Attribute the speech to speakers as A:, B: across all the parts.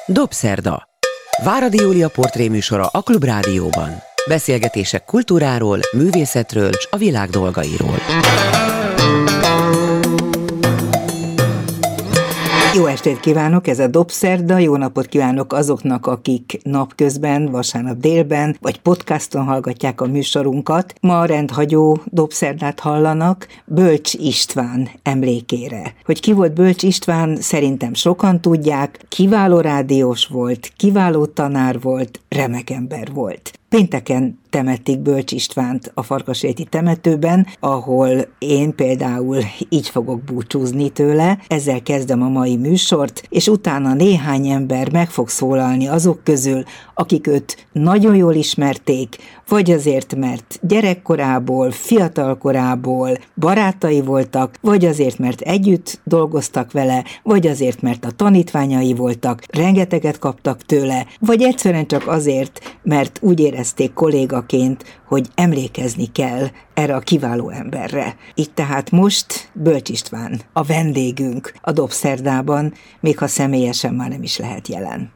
A: Dobszerda. Váradi Júlia portréműsora a Klubrádióban. Beszélgetések kultúráról, művészetről és a világ dolgairól.
B: Jó estét kívánok, ez a Dobszerda, jó napot kívánok azoknak, akik napközben, vasárnap délben, vagy podcaston hallgatják a műsorunkat. Ma rendhagyó Dobszerdát hallanak Bölcs István emlékére. Hogy ki volt Bölcs István, szerintem sokan tudják, kiváló rádiós volt, kiváló tanár volt, remek ember volt. Pénteken temették Bölcs Istvánt a Farkasréti temetőben, ahol én például így fogok búcsúzni tőle. Ezzel kezdem a mai műsort, és utána néhány ember meg fog szólalni azok közül, akik őt nagyon jól ismerték, vagy azért, mert gyerekkorából, fiatalkorából barátai voltak, vagy azért, mert együtt dolgoztak vele, vagy azért, mert a tanítványai voltak, rengeteget kaptak tőle, vagy egyszerűen csak azért, mert úgy érezték kollégaként, hogy emlékezni kell erre a kiváló emberre. Itt tehát most Bölcs István, a vendégünk a Dobszerdában, még ha személyesen már nem is lehet jelen.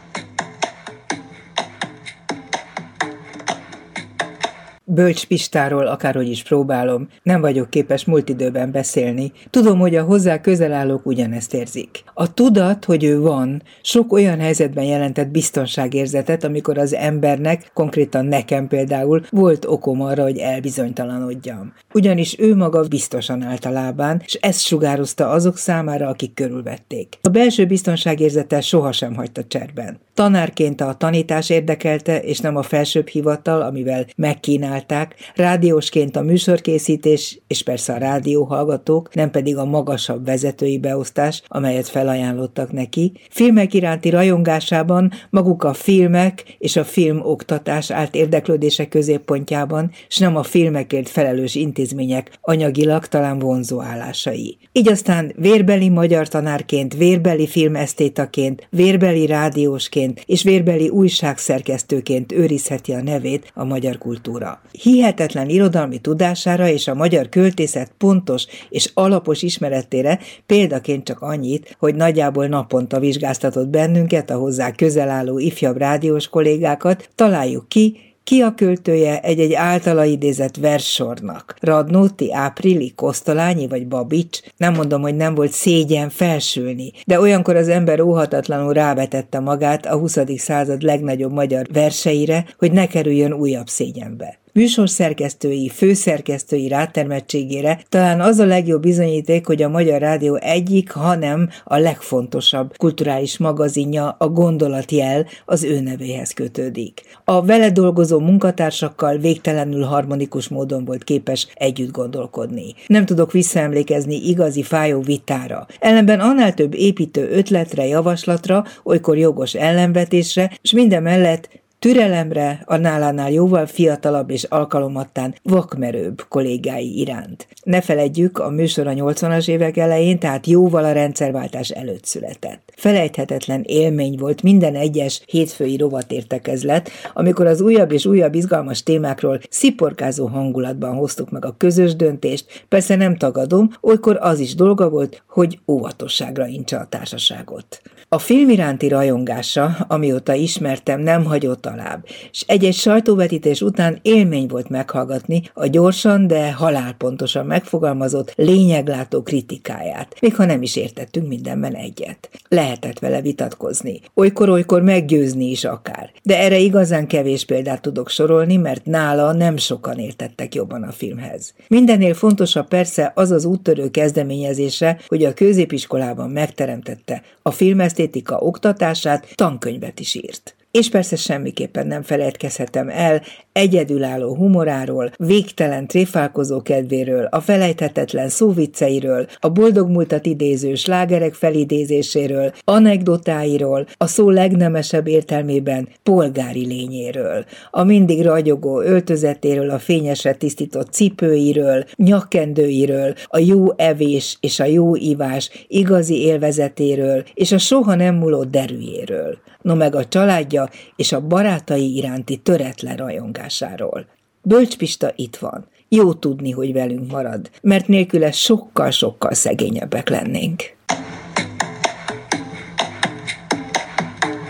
B: Bölcs Pistáról, akárhogy is próbálom, nem vagyok képes múlt időben beszélni. Tudom, hogy a hozzá közel állók ugyanezt érzik. A tudat, hogy ő van, sok olyan helyzetben jelentett biztonságérzetet, amikor az embernek, konkrétan nekem például, volt okom arra, hogy elbizonytalanodjam. Ugyanis ő maga biztosan állt a lábán, és ezt sugározta azok számára, akik körülvették. A belső biztonságérzete sohasem hagyta cserben. Tanárként a tanítás érdekelte, és nem a felsőbb hivatal, amivel megkínálták, rádiósként a műsorkészítés, és persze a rádióhallgatók, nem pedig a magasabb vezetői beosztás, amelyet felajánlottak neki. Filmek iránti rajongásában maguk a filmek és a filmoktatás állt érdeklődése középpontjában, és nem a filmekért felelős intézmények anyagilag talán vonzó állásai. Így aztán vérbeli magyar tanárként, vérbeli filmesztétaként, vérbeli rádiósként és vérbeli újságszerkesztőként őrizheti a nevét a magyar kultúra. Hihetetlen irodalmi tudására és a magyar költészet pontos és alapos ismeretére példaként csak annyit, hogy nagyjából naponta vizsgáztatott bennünket, a hozzá közel álló ifjabb rádiós kollégákat. Találjuk ki a költője egy-egy általa idézett verssornak. Radnóti, Áprili, Kosztolányi vagy Babics, nem mondom, hogy nem volt szégyen felsülni, de olyankor az ember óhatatlanul rávetette magát a 20. század legnagyobb magyar verseire, hogy ne kerüljön újabb szégyenbe. Műsorszerkesztői, főszerkesztői rátermettségére talán az a legjobb bizonyíték, hogy a Magyar Rádió egyik, hanem a legfontosabb kulturális magazinja, a Gondolatjel az ő nevéhez kötődik. A vele dolgozó munkatársakkal végtelenül harmonikus módon volt képes együtt gondolkodni. Nem tudok visszaemlékezni igazi fájó vitára. Ellenben annál több építő ötletre, javaslatra, olykor jogos ellenvetésre, és mindemellett türelemre a nálánál jóval fiatalabb és alkalomattán vakmerőbb kollégái iránt. Ne feledjük, a műsor a 80-as évek elején, tehát jóval a rendszerváltás előtt született. Felejthetetlen élmény volt minden egyes hétfői rovatértekezlet, amikor az újabb és újabb izgalmas témákról sziporkázó hangulatban hoztuk meg a közös döntést. Persze nem tagadom, olykor az is dolga volt, hogy óvatosságra intse a társaságot. A film iránti rajongása, amióta ismertem, nem hagyott alább, és egy-egy sajtóvetítés után élmény volt meghallgatni a gyorsan, de halálpontosan megfogalmazott, lényeglátó kritikáját, még ha nem is értettünk mindenben egyet. Lehetett vele vitatkozni, olykor-olykor meggyőzni is akár, de erre igazán kevés példát tudok sorolni, mert nála nem sokan értettek jobban a filmhez. Mindennél fontosabb persze az az úttörő kezdeményezése, hogy a középiskolában megteremtette a filmesztétika oktatását, tankönyvet is írt. És persze semmiképpen nem feledkezhetem el egyedülálló humoráról, végtelen tréfálkozó kedvéről, a felejthetetlen szóvicceiről, a boldog múltat idéző slágerek felidézéséről, anekdotáiról, a szó legnemesebb értelmében polgári lényéről, a mindig ragyogó öltözetéről, a fényesre tisztított cipőiről, nyakkendőiről, a jó evés és a jó ivás igazi élvezetéről, és a soha nem múló derűjéről. No meg a családja és a barátai iránti töretlen rajongásáról. Bölcs Pista itt van. Jó tudni, hogy velünk marad, mert nélküle sokkal-sokkal szegényebbek lennénk.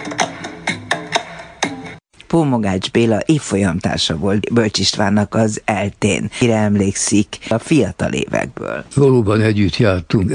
C: Pomogács Béla évfolyamtársa volt Bölcs Istvánnak az ELTÉn. Mire emlékszik a fiatal évekből?
D: Valóban együtt jártunk.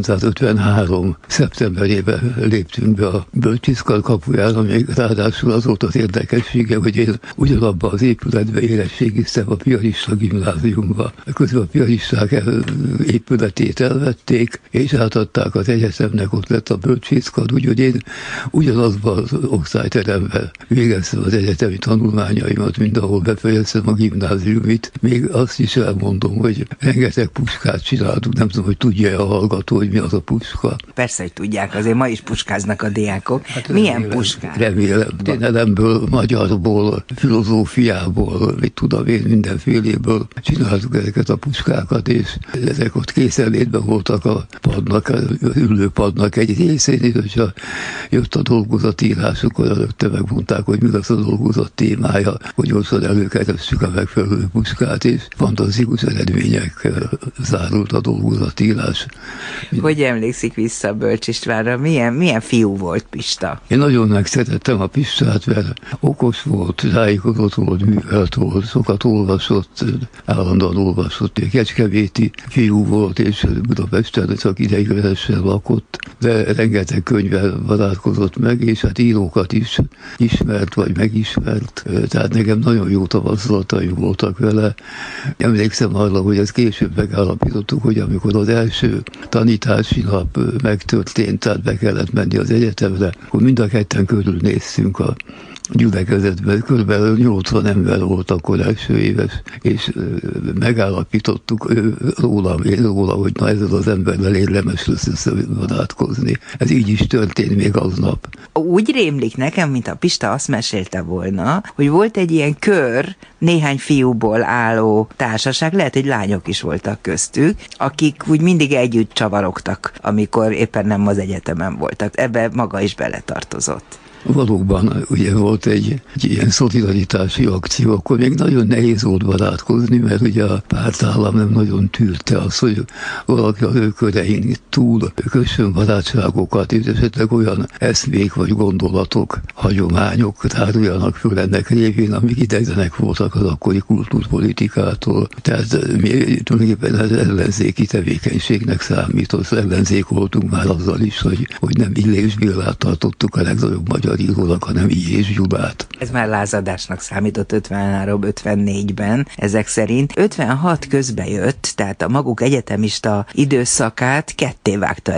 D: 1953. szeptemberében léptünk be a Bölcsiszkar kapujára, még ráadásul az volt az érdekessége, hogy én ugyanabban az épületben érettségiztem a piarista gimnáziumba. Közben a piaristák épületét elvették, és átadták az egyetemnek, ott lett a Bölcsiszkar, úgyhogy én ugyanazban az osztályteremben végeztem az egyetemi tanulmányaimat, mint ahol befejeztem a gimnáziumit. Még azt is elmondom, hogy rengeteg puskát csináltunk, nem tudom, hogy tudja a hallgató, hogy mi az a puska.
C: Persze, hogy tudják, azért ma is puskáznak a diákok. Hát milyen puskák?
D: Remélem. Történelemből, magyarból, filozófiából, mit tudom én, mindenféléből csináltuk ezeket a puskákat, és ezek ott készenlétben voltak a padnak, az ülőpadnak egy részén, és hogyha jött a dolgozatírás, akkor előtte megmondták, hogy mi lesz a dolgozat témája, hogy gyorsan előkeresztjük a megfelelő puskát, és fantasztikus eredményekkel zárult a dolgozatírás.
C: Hogy emlékszik vissza Bölcs Istvánra? Milyen fiú volt Pista?
D: Én nagyon megszerettem a Pistát, mert okos volt, tájékozott volt, művelt volt, sokat olvasott, állandóan olvasott. Kecskeméti fiú volt, és Budapesten csak ideiglenesen lakott, de rengeteg könyvvel barátkozott meg, és hát írókat is ismert, vagy megismert. Tehát nekem nagyon jó tapasztalataim voltak vele. Emlékszem arra, hogy ezt később megállapítottuk, hogy amikor az első tanítási nap megtörtént, tehát be kellett menni az egyetemre, akkor mind a ketten körülnéztünk a gyülekezetben, kb. 80 ember volt akkor első éves, és megállapítottuk róla, hogy na ezzel az emberrel érdemes lesz összebarátkozni. Ez így is történt még aznap.
C: Úgy rémlik nekem, mint a Pista azt mesélte volna, hogy volt egy ilyen kör, néhány fiúból álló társaság, lehet, hogy lányok is voltak köztük, akik úgy mindig együtt csavarogtak, amikor éppen nem az egyetemen voltak. Ebbe maga is beletartozott.
D: Valóban ugye volt egy ilyen szolidaritási akció, akkor még nagyon nehéz volt barátkozni, mert ugye a pártállam nem nagyon tűrte azt, hogy valaki az ő körein túl kössön barátságokat, és esetleg olyan eszmék vagy gondolatok, hagyományok táruljanak föl ennek révén, amik ideglenek voltak az akkori kultúrpolitikától. Tehát mi tulajdonképpen az ellenzéki tevékenységnek számított. Az ellenzék voltunk már azzal is, hogy nem Illés Bélát tartottuk a legnagyobb magyar írónak, hanem I.J. Gyulát.
C: Ez már lázadásnak számított 53-54-ben, ezek szerint. 56 közbe jött, tehát a maguk egyetemista időszakát kettévágta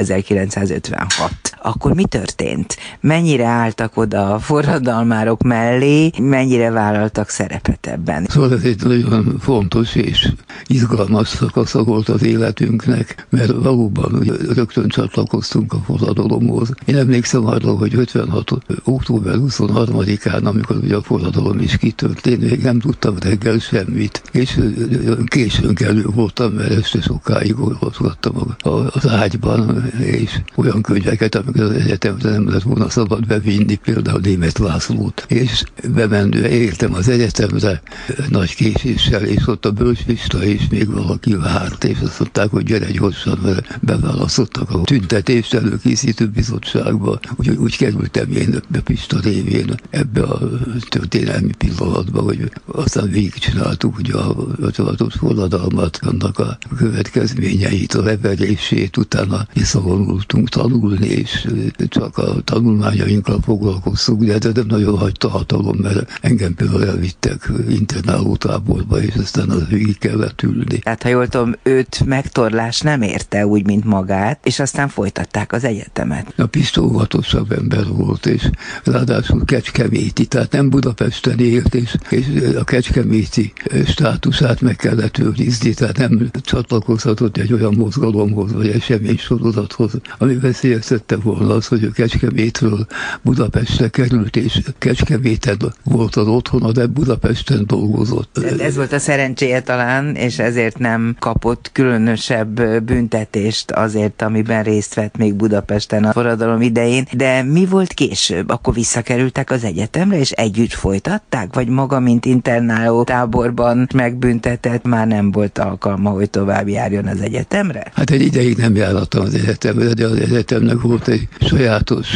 C: 1956. Akkor mi történt? Mennyire álltak oda a forradalmárok mellé, mennyire vállaltak szerepet ebben?
D: Szóval ez egy nagyon fontos és izgalmas szakasza volt az életünknek, mert valóban ugye, rögtön csatlakoztunk a forradalomhoz. Én emlékszem arra, hogy 56. október 23-án, amikor ugye a forradalom is kitörtént, még nem tudtam reggel semmit, és későn kelő voltam, mert este sokáig olvasgattam az ágyban, és olyan könyveket, amiket az egyetemre nem lett volna szabad bevinni, például Németh Lászlót, és bemenve értem az egyetemre nagy késéssel, és ott a Bölcs Pista is még valaki várt, és azt mondták, hogy gyere gyorsan, mert beválasztottak a tüntetést előkészítő bizottságba, úgyhogy úgy kerültem én be Pista révén ebbe a történelmi pillanatba, hogy aztán végigcsináltuk ugye a 56-os forradalmat, annak a következményeit, a leverését, utána visszavonultunk tanulni, és csak a tanulmányainkkal foglalkoztunk, de nem nagyon hagyta hatalom, mert engem például elvittek internálótáborba, és aztán az végig kellett ülni.
C: Tehát, ha jól tudom, őt megtorlás nem érte úgy, mint magát, és aztán folytatták az egyetemet.
D: A Pista óvatosabb ember volt, és ráadásul kecskeméti, tehát nem Budapesten élt, és a kecskeméti státuszát meg kellett őrizni, tehát nem csatlakozhatott egy olyan mozgalomhoz, vagy eseménysorozathoz, ami veszélyeztette volna az, hogy ő Kecskemétről Budapestre került, és Kecskeméten volt az otthona, de Budapesten dolgozott.
C: Ez volt a szerencséje talán, és ezért nem kapott különösebb büntetést azért, amiben részt vett még Budapesten a forradalom idején. De mi volt később? Akkor visszakerültek az egyetemre, és együtt folytatták? Vagy maga, mint internáló táborban megbüntetett, már nem volt alkalma, hogy tovább járjon az egyetemre?
D: Hát egy ideig nem járhattam az egyetemre, de az egyetemnek volt egy sajátos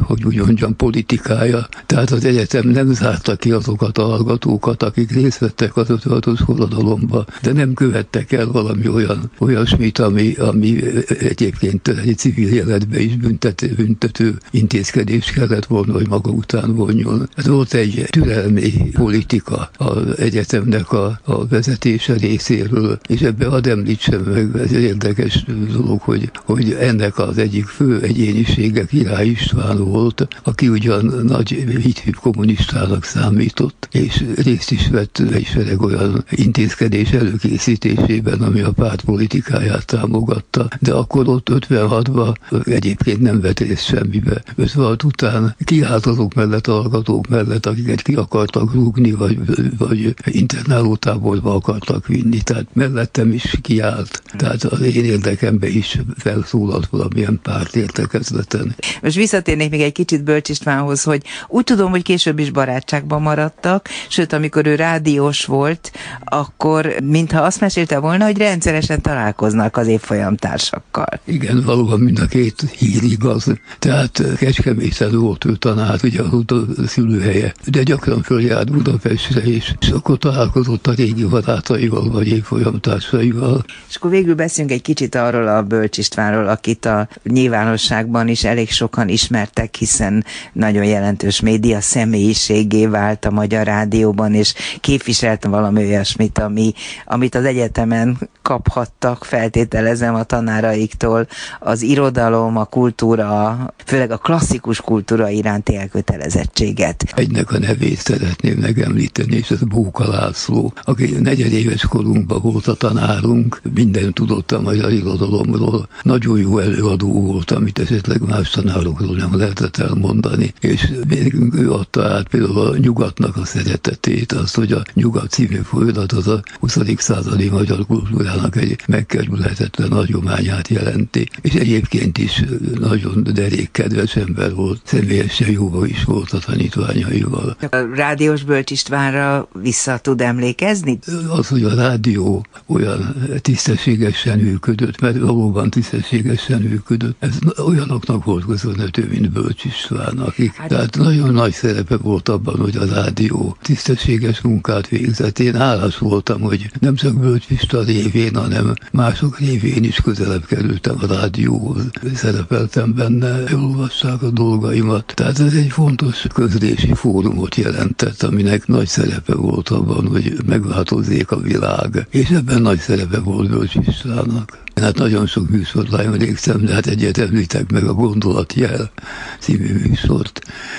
D: hogy úgy mondjam, politikája. Tehát az egyetem nem zárta ki azokat a hallgatókat, akik részt vettek az 56-os forradalomba, de nem követtek el valami olyasmit, ami egyébként egy civil életbe is büntető intézkedés kellett volna, hogy maga után vonjon. Ez volt egy türelmi politika az egyetemnek a vezetése részéről, és ebbe hadd említsem meg, ez egy érdekes dolog, hogy ennek az egyik fő egyénisége Király István volt, aki ugyan nagy hithű kommunistának számított, és részt is vett egy sereg olyan intézkedés előkészítésében, ami a párt politikáját támogatta, de akkor ott 56-ban egyébként nem vett részt semmibe. 56 után kiállt azok mellett, a hallgatók mellett, akiket ki akartak rúgni, vagy internálótáborba akartak vinni, tehát mellettem is kiállt. Tehát az én érdekemben is felszólalt valamilyen párt értekezleten.
C: Most visszatérnék még egy kicsit Bölcs Istvánhoz, hogy úgy tudom, hogy később is barátságban maradtak, sőt, amikor ő rádiós volt, akkor mintha azt mesélte volna, hogy rendszeresen találkoznak az évfolyamtársakkal.
D: Igen, valóban mind a két hír igaz. Tehát Kecskeméten volt ő tanár, ugye a szülőhelye, de gyakran följárt Budapestre, és akkor találkozott a régi barátaival, vagy évfolyamtársaival.
C: És akkor végül beszélünk egy kicsit arról a Bölcs Istvánról, akit a nyilvánosságban is elég sokan ismertek, hiszen nagyon jelentős média személyiségé vált a Magyar Rádióban, és képviselt valami olyasmit, amit az egyetemen kaphattak, feltételezem a tanáraiktól, az irodalom, a kultúra, főleg a klasszikus kultúra iránti elkötelezettséget.
D: Egynek a nevét szeretném megemlíteni, és ez Bóka László, aki negyedéves korunkban volt a tanárunk, minden tudott a magyar irodalomról, nagyon jó előadó volt, amit esetleg más tanárokról nem lehetett elmondani, és végünk ő adta át például a nyugatnak a szeretetét, azt, hogy a Nyugat című folyamat az a 20. századi magyar kultúrának egy megkerülhetetlen hagyományát jelenti, és egyébként is nagyon derék kedves ember volt, személyesen jóba is volt a tanítványaival.
C: A rádiós Bölcs Istvánra vissza tud emlékezni?
D: Az, hogy a rádió olyan tisztességesen működött, mert valóban tisztességesen működött, ez olyanoknak volt köszönhető, mint Bölcs István, akik tehát nagyon nagy szerepe volt abban, hogy a rádió tisztességes munkát végzett. Én hálás voltam, hogy nem csak Bölcs István révén, hanem mások révén is közelebb kerültem a rádióhoz. Szerepeltem benne, elolvassák a dolgaimat. Tehát ez egy fontos közlési fórumot jelentett, aminek nagy szerepe volt abban, hogy megváltozzék a világ. És ebben nagy szerepe volt Bölcs Istvánnak. Hát nagyon sok műsorra emlékszem, de hát egyet említek meg a Gondolatjel című műsort,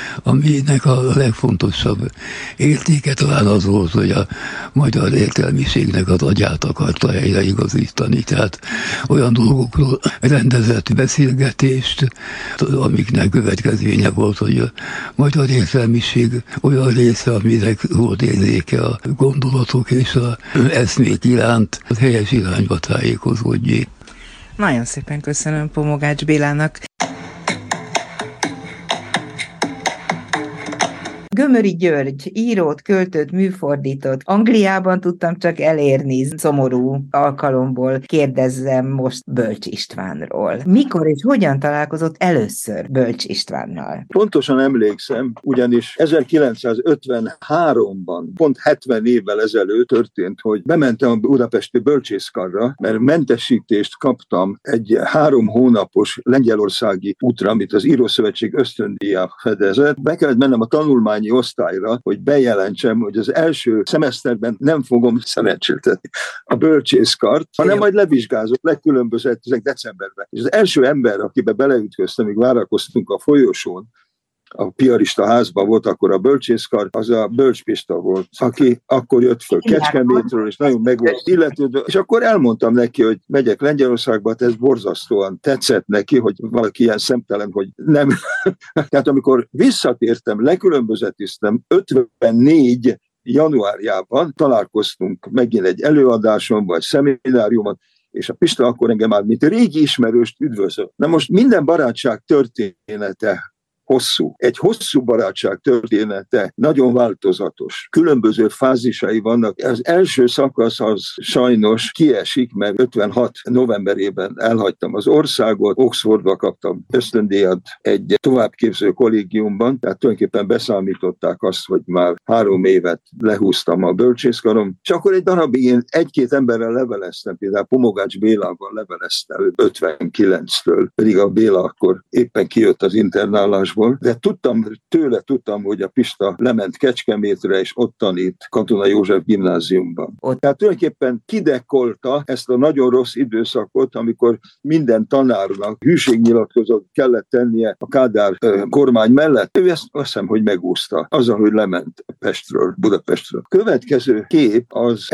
D: aminek a legfontosabb értéke talán az volt, hogy a magyar értelmiségnek az agyát akarta helyreigazítani. Tehát olyan dolgokról rendezett beszélgetést, amiknek következménye volt, hogy a magyar értelmiség olyan része, aminek volt érzéke a gondolatok és az eszmék iránt, az helyes irányba tájékozódjék.
C: Nagyon szépen köszönöm Pomogács Bélának. Gömöri György írót, költőt, műfordított. Angliában tudtam csak elérni szomorú alkalomból. Kérdezzem most Bölcs Istvánról. Mikor és hogyan találkozott először Bölcs Istvánnal?
E: Pontosan emlékszem, ugyanis 1953-ban, pont 70 évvel ezelőtt történt, hogy bementem a budapesti bölcsészkarra, mert mentesítést kaptam egy 3 hónapos lengyelországi útra, amit az Írószövetség ösztöndíjjal fedezett. Be kellett mennem a tanulmány osztályra, hogy bejelentsem, hogy az első szemeszterben nem fogom szerencséltetni a bölcsészkart, hanem majd levizsgázok, legkülönbözőek decemberben. És az első ember, akibe beleütköztem, még várakoztunk a folyosón, a piarista házban volt akkor a bölcsészkar, az a Bölcs Pista volt, aki akkor jött föl Kecskemétről, és nagyon meg volt illetődve. És akkor elmondtam neki, hogy megyek Lengyelországba, ez borzasztóan tetszett neki, hogy valaki ilyen szemtelen, hogy nem. Tehát amikor visszatértem, lekülönbözetiztem 54 januárjában, találkoztunk megint egy előadáson, vagy szemináriumon, és a Pista akkor engem már, mint régi ismerőst üdvözölt. Na most minden barátság története hosszú. Egy hosszú barátság története, nagyon változatos. Különböző fázisai vannak. Az első szakasz az sajnos kiesik, mert 56 novemberében elhagytam az országot, Oxfordba kaptam ösztöndíjat egy továbbképző kollégiumban, tehát tulajdonképpen beszámították azt, hogy már 3 évet lehúztam a bölcsészkarom, és akkor egy darabig én 1-2 emberrel leveleztem, például Pomogács Bélával leveleztem 59-től, pedig a Béla akkor éppen kijött az internálásból, de tudtam, hogy a Pista lement Kecskemétre, és ott tanít Katona József gimnáziumban. Tehát tulajdonképpen kidekolta ezt a nagyon rossz időszakot, amikor minden tanárnak hűségnyilatkozatot kellett tennie a Kádár kormány mellett. Ő ezt azt hiszem, hogy megúszta, azzal, hogy lement Pestről, Budapestről. Következő kép az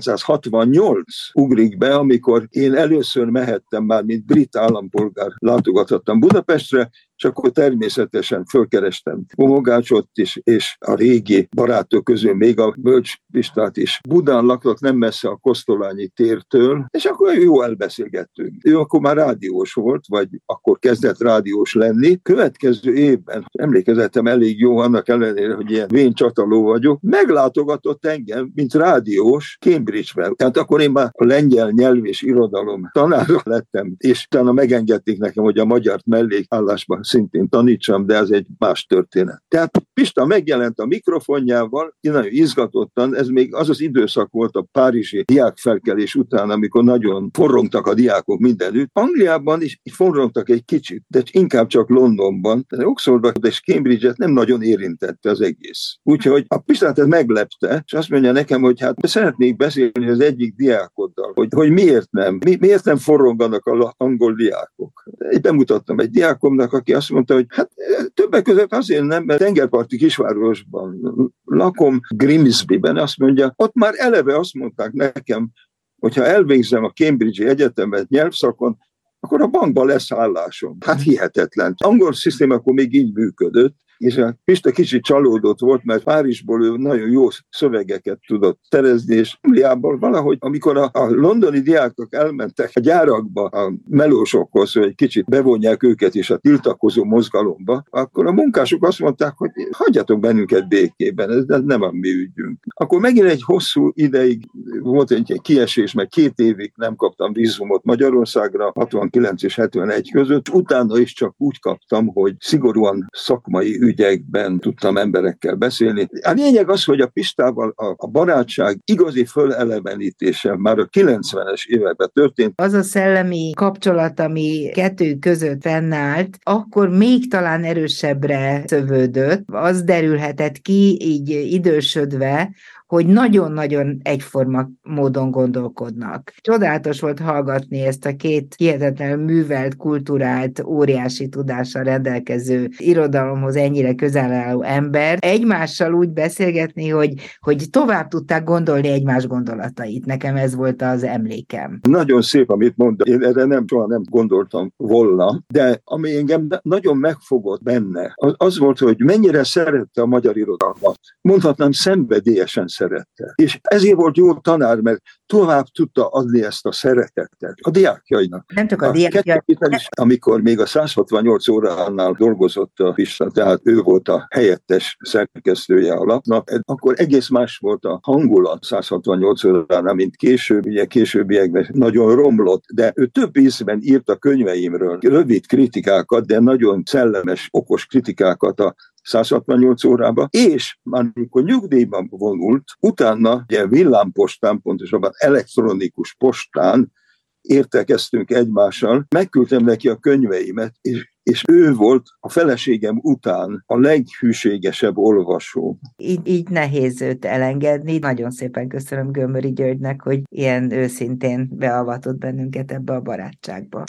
E: 1968 ugrik be, amikor én először mehettem már, mint brit állampolgár, látogathattam Budapestre, és akkor természetesen fölkerestem Pomogácsot is, és a régi barátok közül még a Bölcs Pistát is. Budán laktak, nem messze a Kosztolányi tértől, és akkor jó elbeszélgettünk. Ő akkor már rádiós volt, vagy akkor kezdett rádiós lenni. Következő évben, emlékezetem elég jó, annak ellenére, hogy ilyen vén csataló vagyok, meglátogatott engem, mint rádiós Cambridge-ben. Tehát akkor én már a lengyel nyelv és irodalom tanára lettem, és utána megengedték nekem, hogy a magyart mellékállásban szintén tanítsam, de ez egy más történet. Tehát Pista megjelent a mikrofonjával, én nagyon izgatottan, ez még az az időszak volt a párizsi diákfelkelés után, amikor nagyon forrongtak a diákok mindenütt. Angliában is forrongtak egy kicsit, de inkább csak Londonban. De Oxfordban és Cambridge-et nem nagyon érintette az egész. Úgyhogy a Pistát ez meglepte, és azt mondja nekem, hogy hát szeretnék beszélni az egyik diákoddal, hogy miért nem? Miért nem forronganak az angol diákok? Én bemutattam egy diákomnak, aki azt mondta, hogy hát többek között azért nem, mert tengerparti kisvárosban lakom, Grimsbyben, azt mondja, ott már eleve azt mondták nekem, hogyha elvégzem a Cambridge-i egyetemet nyelvszakon, akkor a bankban lesz állásom. Hát hihetetlen. Angol szisztéma akkor még így működött, és a Pista kicsit csalódott volt, mert Párizsból ő nagyon jó szövegeket tudott szerezni, és Angliából valahogy, amikor a londoni diákok elmentek a gyárakba a melósokhoz, hogy egy kicsit bevonják őket is a tiltakozó mozgalomba, akkor a munkások azt mondták, hogy hagyjatok bennünket békében, ez nem a mi ügyünk. Akkor megint egy hosszú ideig volt egy kiesés, meg 2 évig nem kaptam vízumot Magyarországra, 69 és 71 között, utána is csak úgy kaptam, hogy szigorúan szakmai ügyekben tudtam emberekkel beszélni. A lényeg az, hogy a Pistával a barátság igazi fölelevenítése már a 90-es években történt.
C: Az a szellemi kapcsolat, ami kettőjük között fennállt, akkor még talán erősebbre szövődött. Az derülhetett ki, így idősödve, hogy nagyon-nagyon egyforma módon gondolkodnak. Csodálatos volt hallgatni ezt a 2 hihetetlenül művelt, kulturált, óriási tudással rendelkező irodalomhoz ennyire közel álló ember. Egymással úgy beszélgetni, hogy tovább tudták gondolni egymás gondolatait. Nekem ez volt az emlékem.
E: Nagyon szép, amit mondta. Én erre soha nem gondoltam volna, de ami engem nagyon megfogott benne, az volt, hogy mennyire szerette a magyar irodalmat. Mondhatnám, szenvedélyesen szerette. És ezért volt jó tanár, mert tovább tudta adni ezt a szeretetet a diákjainak.
C: Nem csak a diákjainak.
E: Amikor még a 168 óránál dolgozott a Pista, tehát ő volt a helyettes szerkesztője a lapnak, akkor egész más volt a hangulat 168 óránál, mint később, ugye későbbiekben nagyon romlott, de ő több ízben írt a könyveimről rövid kritikákat, de nagyon szellemes, okos kritikákat a 168 órába, és már amikor nyugdíjban vonult, utána ugye villámpostán, pontosabban elektronikus postán értekeztünk egymással, megküldtem neki a könyveimet, és ő volt a feleségem után a leghűségesebb olvasó.
C: Így nehéz őt elengedni. Nagyon szépen köszönöm Gömöri Györgynek, hogy ilyen őszintén beavatott bennünket ebbe a barátságba.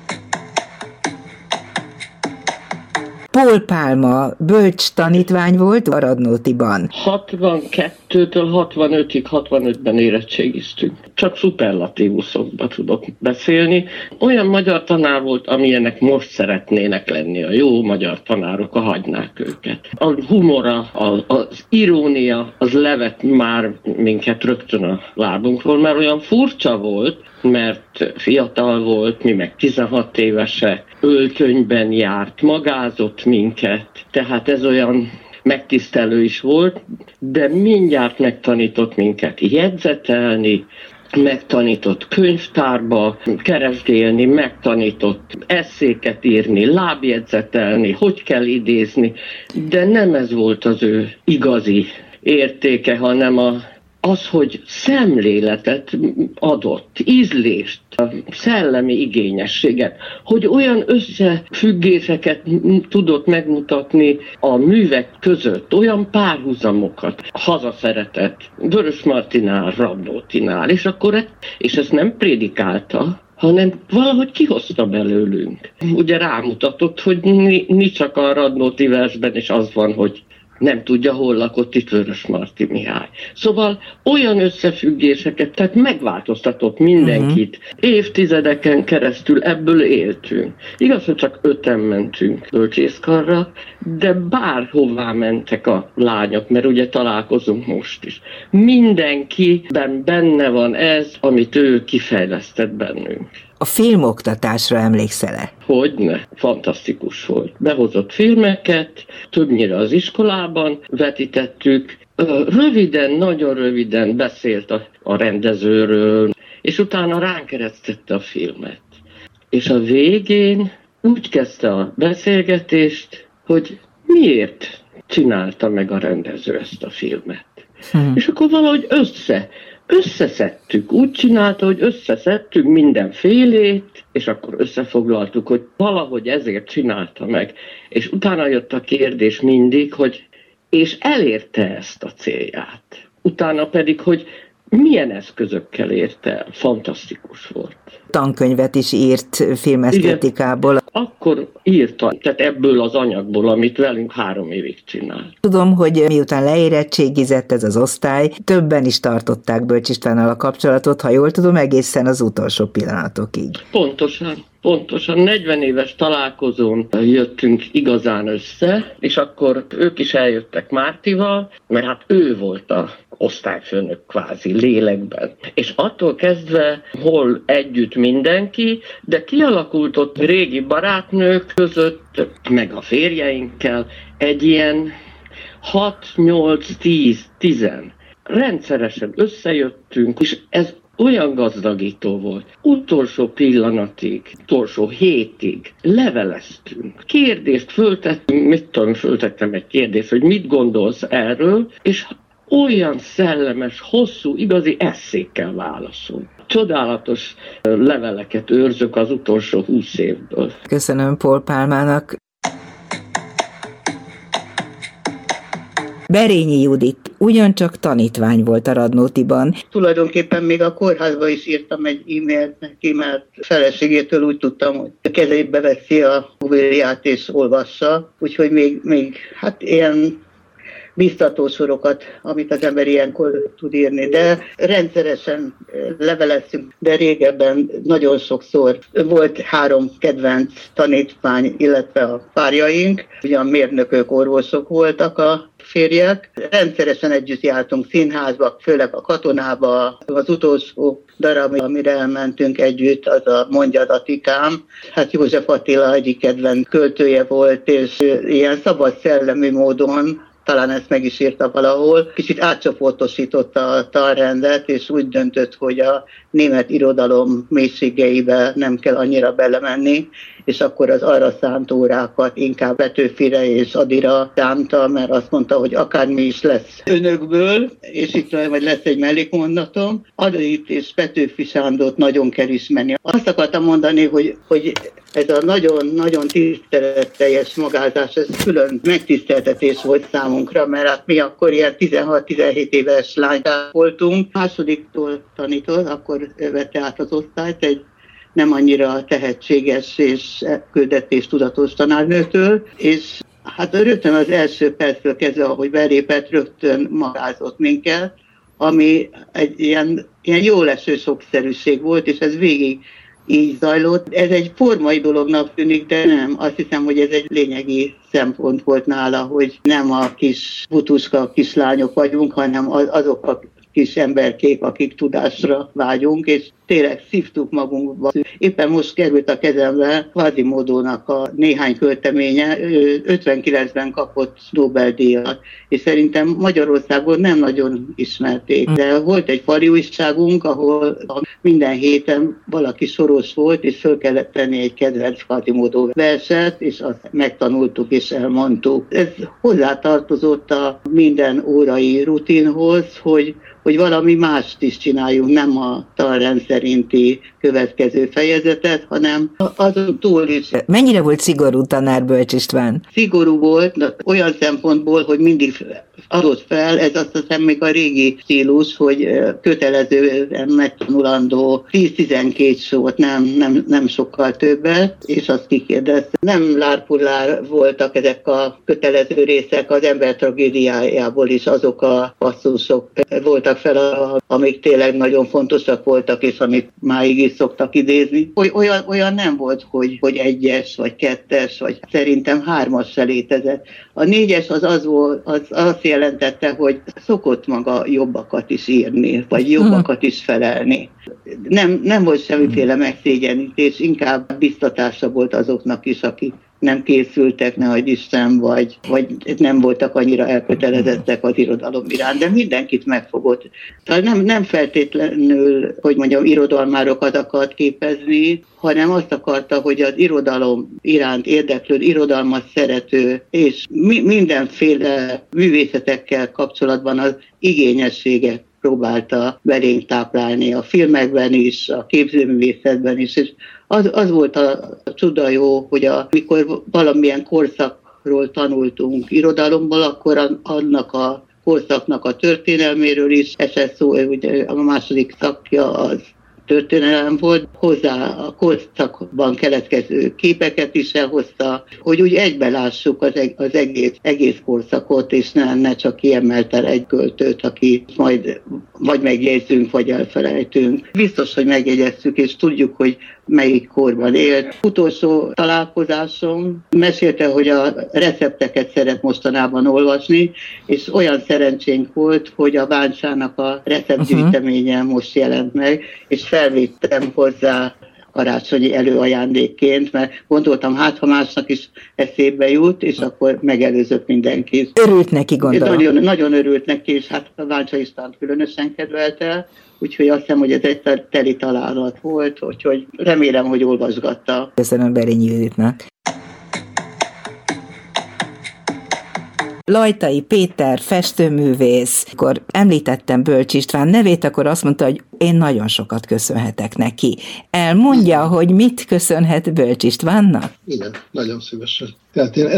B: Pól Pálma bölcs tanítvány volt a Radnótiban.
F: 62-től 65-ig, 65-ben érettségiztünk. Csak szuperlatívuszokba tudok beszélni. Olyan magyar tanár volt, amilyenek most szeretnének lenni a jó magyar tanárok, ha hagynák őket. A humora, az irónia, az levett már minket rögtön a lábunkról, mert olyan furcsa volt, mert fiatal volt, mi meg 16 évesek, öltönyben járt, magázott minket, tehát ez olyan megtisztelő is volt, de mindjárt megtanított minket jegyzetelni, megtanított könyvtárba keresgélni, megtanított esszéket írni, lábjegyzetelni, hogy kell idézni, de nem ez volt az ő igazi értéke, hanem az, hogy szemléletet adott, ízlést, a szellemi igényességet, hogy olyan összefüggéseket tudott megmutatni a művek között, olyan párhuzamokat, hazaszeretet, Vörösmartynál, Radnótinál, és ezt nem prédikálta, hanem valahogy kihozta belőlünk. Ugye rámutatott, hogy mi csak a Radnóti versben is az van, hogy nem tudja, hol lakott itt Vörösmarty Mihály. Szóval olyan összefüggéseket, tehát megváltoztatott mindenkit. Évtizedeken keresztül ebből éltünk. Igaz, hogy csak 5-en mentünk bölcsészkarra, de bárhová mentek a lányok, mert ugye találkozunk most is. Mindenkiben benne van ez, amit ő kifejlesztett bennünk.
B: A filmoktatásra emlékszel-e?
F: Hogyne, fantasztikus volt. Behozott filmeket, többnyire az iskolában vetítettük. Röviden, nagyon röviden beszélt a rendezőről, és utána ránk eresztette a filmet. És a végén úgy kezdte a beszélgetést, hogy miért csinálta meg a rendező ezt a filmet. És akkor valahogy összeszedtük. Úgy csinálta, hogy összeszedtük mindenfélét, és akkor összefoglaltuk, hogy valahogy ezért csinálta meg. És utána jött a kérdés mindig, hogy és elérte ezt a célját. Utána pedig, hogy milyen eszközökkel érte el. Fantasztikus volt.
B: Tankönyvet is írt filmesztétikából.
F: Igen, akkor írta, tehát ebből az anyagból, amit velünk 3 évig csinált.
B: Tudom, hogy miután leérettségizett ez az osztály, többen is tartották Bölcs Istvánnal a kapcsolatot, ha jól tudom, egészen az utolsó pillanatokig. Pontosan 40 éves találkozón jöttünk igazán össze, és akkor ők is eljöttek Mártival, mert hát ő volt a osztályfőnök kvázi lélekben. És attól kezdve hol együtt mindenki, de kialakult ott régi barátnők között, meg a férjeinkkel egy ilyen 6-8-10 rendszeresen összejöttünk, és ez olyan gazdagító volt. Utolsó pillanatig, utolsó hétig leveleztünk. Kérdést föltettünk, föltettem egy kérdést, hogy mit gondolsz erről, és olyan szellemes, hosszú, igazi esszékkel válaszol. Csodálatos leveleket őrzök az utolsó 20 évből. Köszönöm Pól Pálmának. Berényi Judit ugyancsak tanítvány volt a Radnótiban.
G: Tulajdonképpen még a kórházba is írtam egy e-mailt neki, mert feleségétől úgy tudtam, hogy a kezébe veszi a mobilját és olvassa, úgyhogy még hát ilyen biztató sorokat, amit az ember ilyenkor tud írni, de rendszeresen leveleztünk, de régebben nagyon sokszor volt 3 kedvenc tanítvány, illetve a párjaink, ugyan mérnökök, orvosok voltak a férjek. Rendszeresen együtt jártunk színházba, főleg a Katonába. Az utolsó darab, amire elmentünk együtt, az a Mondjad Atikám. Hát József Attila egyik kedvenc költője volt, és ilyen szabad szellemű módon, talán ezt meg is írta valahol, kicsit átcsoportosította a tanrendet, és úgy döntött, hogy a német irodalom mélységeibe nem kell annyira belemenni, és akkor az arra szánt órákat inkább Petőfire és Adira szánta, mert azt mondta, hogy akármi is lesz önökből, és itt majd lesz egy mellékmondatom, Adit és Petőfi Sándort nagyon kell ismerni. Azt akartam mondani, hogy ez a nagyon-nagyon tiszteletteljes magázás, ez külön megtiszteltetés volt számunkra, mert hát mi akkor ilyen 16-17 éves lánykák voltunk. Másodiktól tanított, akkor vette át az osztályt egy nem annyira tehetséges és küldetéstudatos tanárnőtől, és hát rögtön az első perctől kezdve, ahogy belépett, rögtön magázott minket, ami egy ilyen jól eső sokszerűség volt, és ez végig így zajlott. Ez egy formai dolognak tűnik, de nem. Azt hiszem, hogy ez egy lényegi szempont volt nála, hogy nem a kis butuska kislányok vagyunk, hanem azok a kis emberkék, akik tudásra vágyunk, és tényleg szívtuk magunkba. Éppen most került a kezembe Quasimodo-nak a néhány költeménye, 59-ben kapott Nobel-díjat, és szerintem Magyarországon nem nagyon ismerték. De volt egy fali újságunk, ahol minden héten valaki soros volt, és föl kellett tenni egy kedvenc Quasimodo verset, és azt megtanultuk és elmondtuk. Ez hozzátartozott a minden órai rutinhoz, hogy valami mást is csináljunk, nem a tanrend szerinti következő fejezetet, hanem azon túl is.
B: Mennyire volt szigorú tanár Bölcs István?
G: Szigorú volt, olyan szempontból, hogy mindig adott fel, ez azt hiszem még a régi stílus, hogy kötelezően megtanulandó 10-12 sort, nem sokkal többet, és azt kikérdezte. Nem lárpullár voltak ezek a kötelező részek, az ember tragédiájából is azok a passzusok voltak fel, amik tényleg nagyon fontosak voltak, és amit máig is szoktak idézni. Olyan nem volt, hogy 1-es, vagy 2-es, vagy szerintem 3-as se létezett. A 4-es az azt jelentette, hogy szokott maga jobbakat is írni, vagy jobbakat is felelni. Nem volt semmiféle megszégyenítés, inkább biztatása volt azoknak is, akik nem készültek, nehogy Isten, vagy nem voltak annyira elkötelezettek az irodalom iránt, de mindenkit megfogott. Tehát nem feltétlenül, hogy mondjam, irodalmárokat akart képezni, hanem azt akarta, hogy az irodalom iránt érdeklődő, irodalmat szerető, és mindenféle művészetekkel kapcsolatban az igényességet próbálta belénk táplálni a filmekben is, a képzőművészetben is, és az volt a csuda jó, hogy amikor valamilyen korszakról tanultunk irodalomból, akkor annak a korszaknak a történelméről is esett szó, ugye a második szakja az történelem volt, hozzá a korszakban keletkező képeket is elhozta, hogy úgy egybelássuk az egész korszakot, és ne csak kiemelten egy költőt, aki majd vagy megjegyzünk, vagy elfelejtünk. Biztos, hogy megjegyezzük, és tudjuk, hogy melyik korban élt. Utolsó találkozásom mesélte, hogy a recepteket szeret mostanában olvasni, és olyan szerencsénk volt, hogy a Váncsának a receptgyűjteménye most jelent meg, és felvéttem hozzá karácsonyi előajándékként, mert gondoltam, ha másnak is eszébe jut, és akkor megelőzött mindenkit.
B: Örült neki, gondolom.
G: Nagyon örült neki, és hát a Váncsa Istvánt különösen kedvelte, úgyhogy azt hiszem, hogy ez egy teli találat volt, úgyhogy remélem, hogy olvasgatta.
B: Köszönöm Berényi Juditnak. Lajtai Péter, festőművész. Akkor említettem Bölcs István nevét, akkor azt mondta, hogy én nagyon sokat köszönhetek neki. Elmondja, hogy mit köszönhet Bölcs Istvánnak?
H: Igen, nagyon szívesen. Tehát én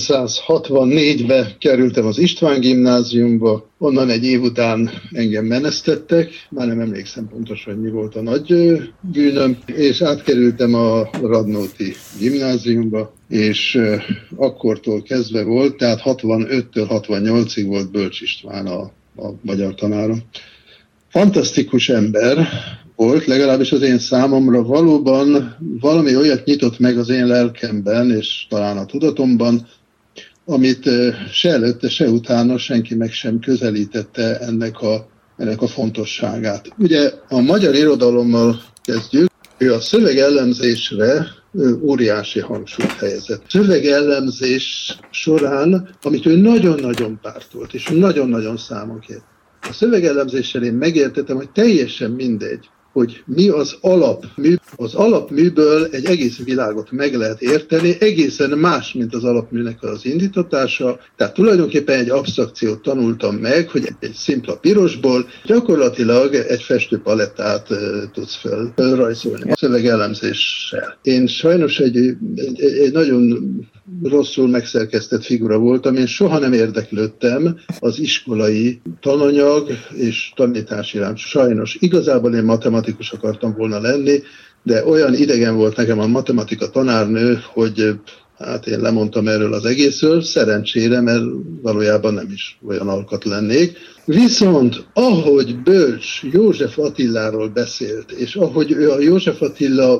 H: 1964-ben kerültem az István gimnáziumba, onnan egy év után engem menesztettek, már nem emlékszem pontosan, hogy mi volt a nagy bűnöm, és átkerültem a Radnóti gimnáziumba, és akkortól kezdve volt, tehát 65-től 68-ig volt Bölcs István a magyar tanárom. Fantasztikus ember volt, legalábbis az én számomra, valóban valami olyat nyitott meg az én lelkemben, és talán a tudatomban, amit se előtte, se utána senki meg sem közelítette ennek a fontosságát. Ugye a magyar irodalommal kezdjük, ő a szövegellenzésre óriási hangsúlyt helyezett. Szövegellenzés során, amit ő nagyon-nagyon pártolt, és nagyon-nagyon számon kért. A szövegellenzéssel én megértettem, hogy teljesen mindegy, hogy mi az alapmű. Az alapműből egy egész világot meg lehet érteni, egészen más, mint az alapműnek az indítatása. Tehát tulajdonképpen egy absztrakciót tanultam meg, hogy egy szimpla pirosból gyakorlatilag egy festőpalettát tudsz felrajzolni a szövegellemzéssel. Én sajnos egy nagyon rosszul megszerkesztett figura voltam, én soha nem érdeklődtem az iskolai tananyag és tanítás iránt. Sajnos. Igazából én matematikus akartam volna lenni, de olyan idegen volt nekem a matematika tanárnő, hogy hát én lemondtam erről az egészről, szerencsére, mert valójában nem is olyan alkat lennék. Viszont ahogy Bölcs József Attiláról beszélt, és ahogy ő a József Attila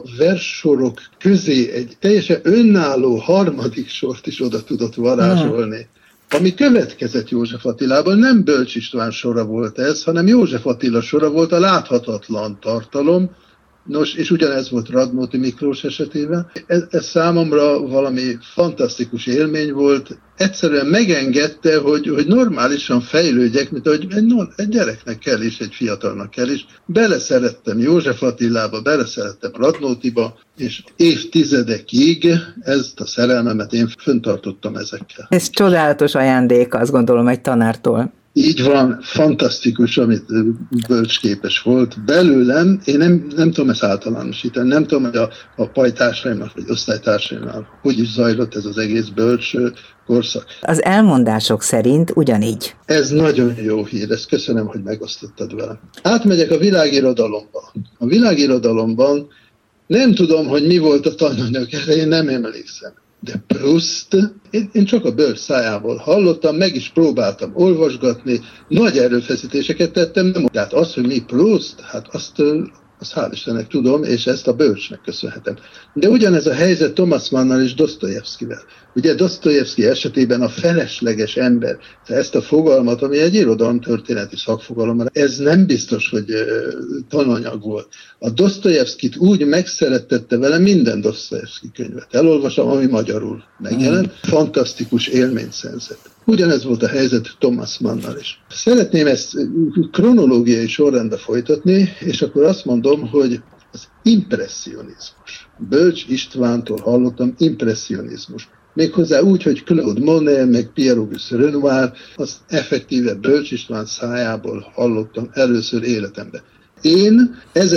H: verssorok közé egy teljesen önálló harmadik sort is oda tudott varázsolni, Ami következett József Attilában, nem Bölcs István sora volt ez, hanem József Attila sora volt, a láthatatlan tartalom. Nos, és ugyanez volt Radnóti Miklós esetében. Ez számomra valami fantasztikus élmény volt. Egyszerűen megengedte, hogy normálisan fejlődjek, mint ahogy egy gyereknek kell is, egy fiatalnak kell is. Beleszerettem József Attilába, beleszerettem Radnótiba, és évtizedekig ezt a szerelmemet én fenntartottam ezekkel.
B: Ez csodálatos ajándék, azt gondolom, egy tanártól.
H: Így van, fantasztikus, amit Bölcs képes volt belőlem. Én nem tudom ezt általánosítani, nem tudom, hogy a pajtársaimnak, vagy osztálytársaimnak hogy is zajlott ez az egész Bölcs korszak.
B: Az elmondások szerint ugyanígy.
H: Ez nagyon jó hír, ezt köszönöm, hogy megosztottad velem. Átmegyek a világirodalomba. A világirodalomban nem tudom, hogy mi volt a tananyag, erre én nem emlékszem. De Proust, én csak a Bölcs szájából hallottam, meg is próbáltam olvasgatni, nagy erőfeszítéseket tettem, tehát az, hogy mi Proust, hát azt hál' Istennek tudom, és ezt a Bölcsnek köszönhetem. De ugyanez a helyzet Thomas Mannnal és Dosztojevszkivel. Ugye Dosztojevszki esetében a felesleges ember, ezt a fogalmat, ami egy irodalomtörténeti szakfogalom, ez nem biztos, hogy tananyag volt. A Dosztojevszkit úgy megszerettette vele minden Dosztojevszki könyvet. Elolvasom, ami magyarul megjelent. Fantasztikus élményt szerzett. Ugyanez volt a helyzet Thomas Mannnal is. Szeretném ezt kronológiai sorrendbe folytatni, és akkor azt mondom, hogy az impresszionizmus. Bölcs Istvántól hallottam impresszionizmus. Méghozzá úgy, hogy Claude Monet, meg Pierre-Auguste Renoir, az effektíve Bölcs István szájából hallottam először életemben. Én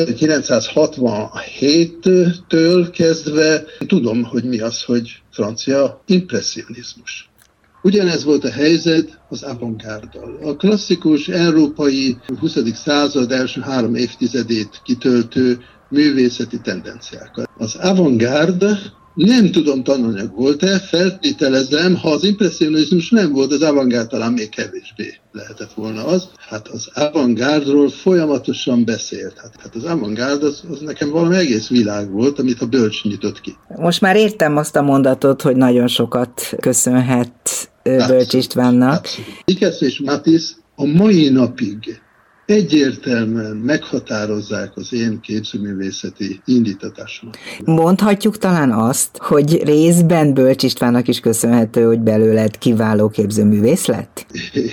H: 1967-től kezdve tudom, hogy mi az, hogy francia impresszionizmus. Ugyanez volt a helyzet az avantgárddal. A klasszikus európai 20. század első 3 évtizedét kitöltő művészeti tendenciákkal. Az avantgárd nem tudom, tananyag volt-e, feltételezem, ha az impresszionizmus nem volt, az avantgárd talán még kevésbé lehetett volna az. Hát az avantgárdról folyamatosan beszélt. Hát az avantgárd az nekem valami egész világ volt, amit a Bölcs nyitott ki.
B: Most már értem azt a mondatot, hogy nagyon sokat köszönhet Bölcs Istvánnak.
H: Picasso és Matisse a mai napig egyértelműen meghatározzák az én képzőművészeti indítatásomat.
B: Mondhatjuk talán azt, hogy részben Bölcs Istvánnak is köszönhető, hogy belőled kiváló képzőművész lett?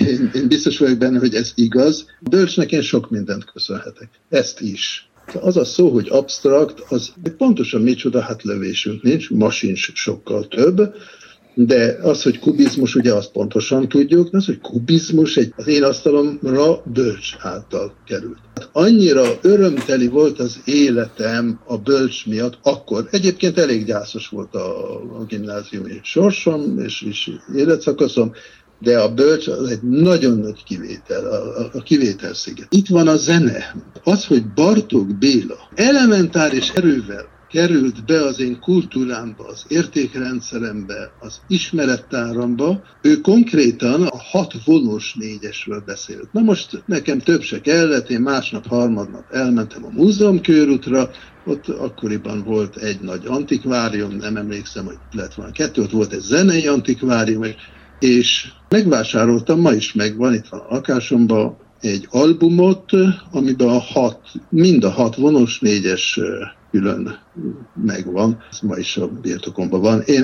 H: Én biztos vagyok benne, hogy ez igaz. Bölcsnek én sok mindent köszönhetek. Ezt is. Az a szó, hogy absztrakt, az pontosan micsoda, hát lövésünk nincs, ma sincs sokkal több. De az, hogy kubizmus, ugye azt pontosan tudjuk, de az, hogy kubizmus az én asztalomra Bölcs által került. Hát annyira örömteli volt az életem a Bölcs miatt, akkor egyébként elég gyászos volt a gimnáziumi sorsom és életszakaszom, de a Bölcs az egy nagyon nagy kivétel, a kivételsziget. Itt van a zene. Az, hogy Bartók Béla elementáris erővel került be az én kultúrámba, az értékrendszerembe, az ismerettáramba, ő konkrétan a 6 vonós 4-esről beszélt. Na most nekem több se kellett, én másnap, harmadnap elmentem a múzeum körútra, ott akkoriban volt egy nagy antikvárium, nem emlékszem, hogy lett volna 2, ott volt egy zenei antikvárium, és megvásároltam, ma is megvan, itt van a lakásomban, egy albumot, amiben mind a 6 vonós 4-es külön megvan, ez ma is a birtokomban van. Én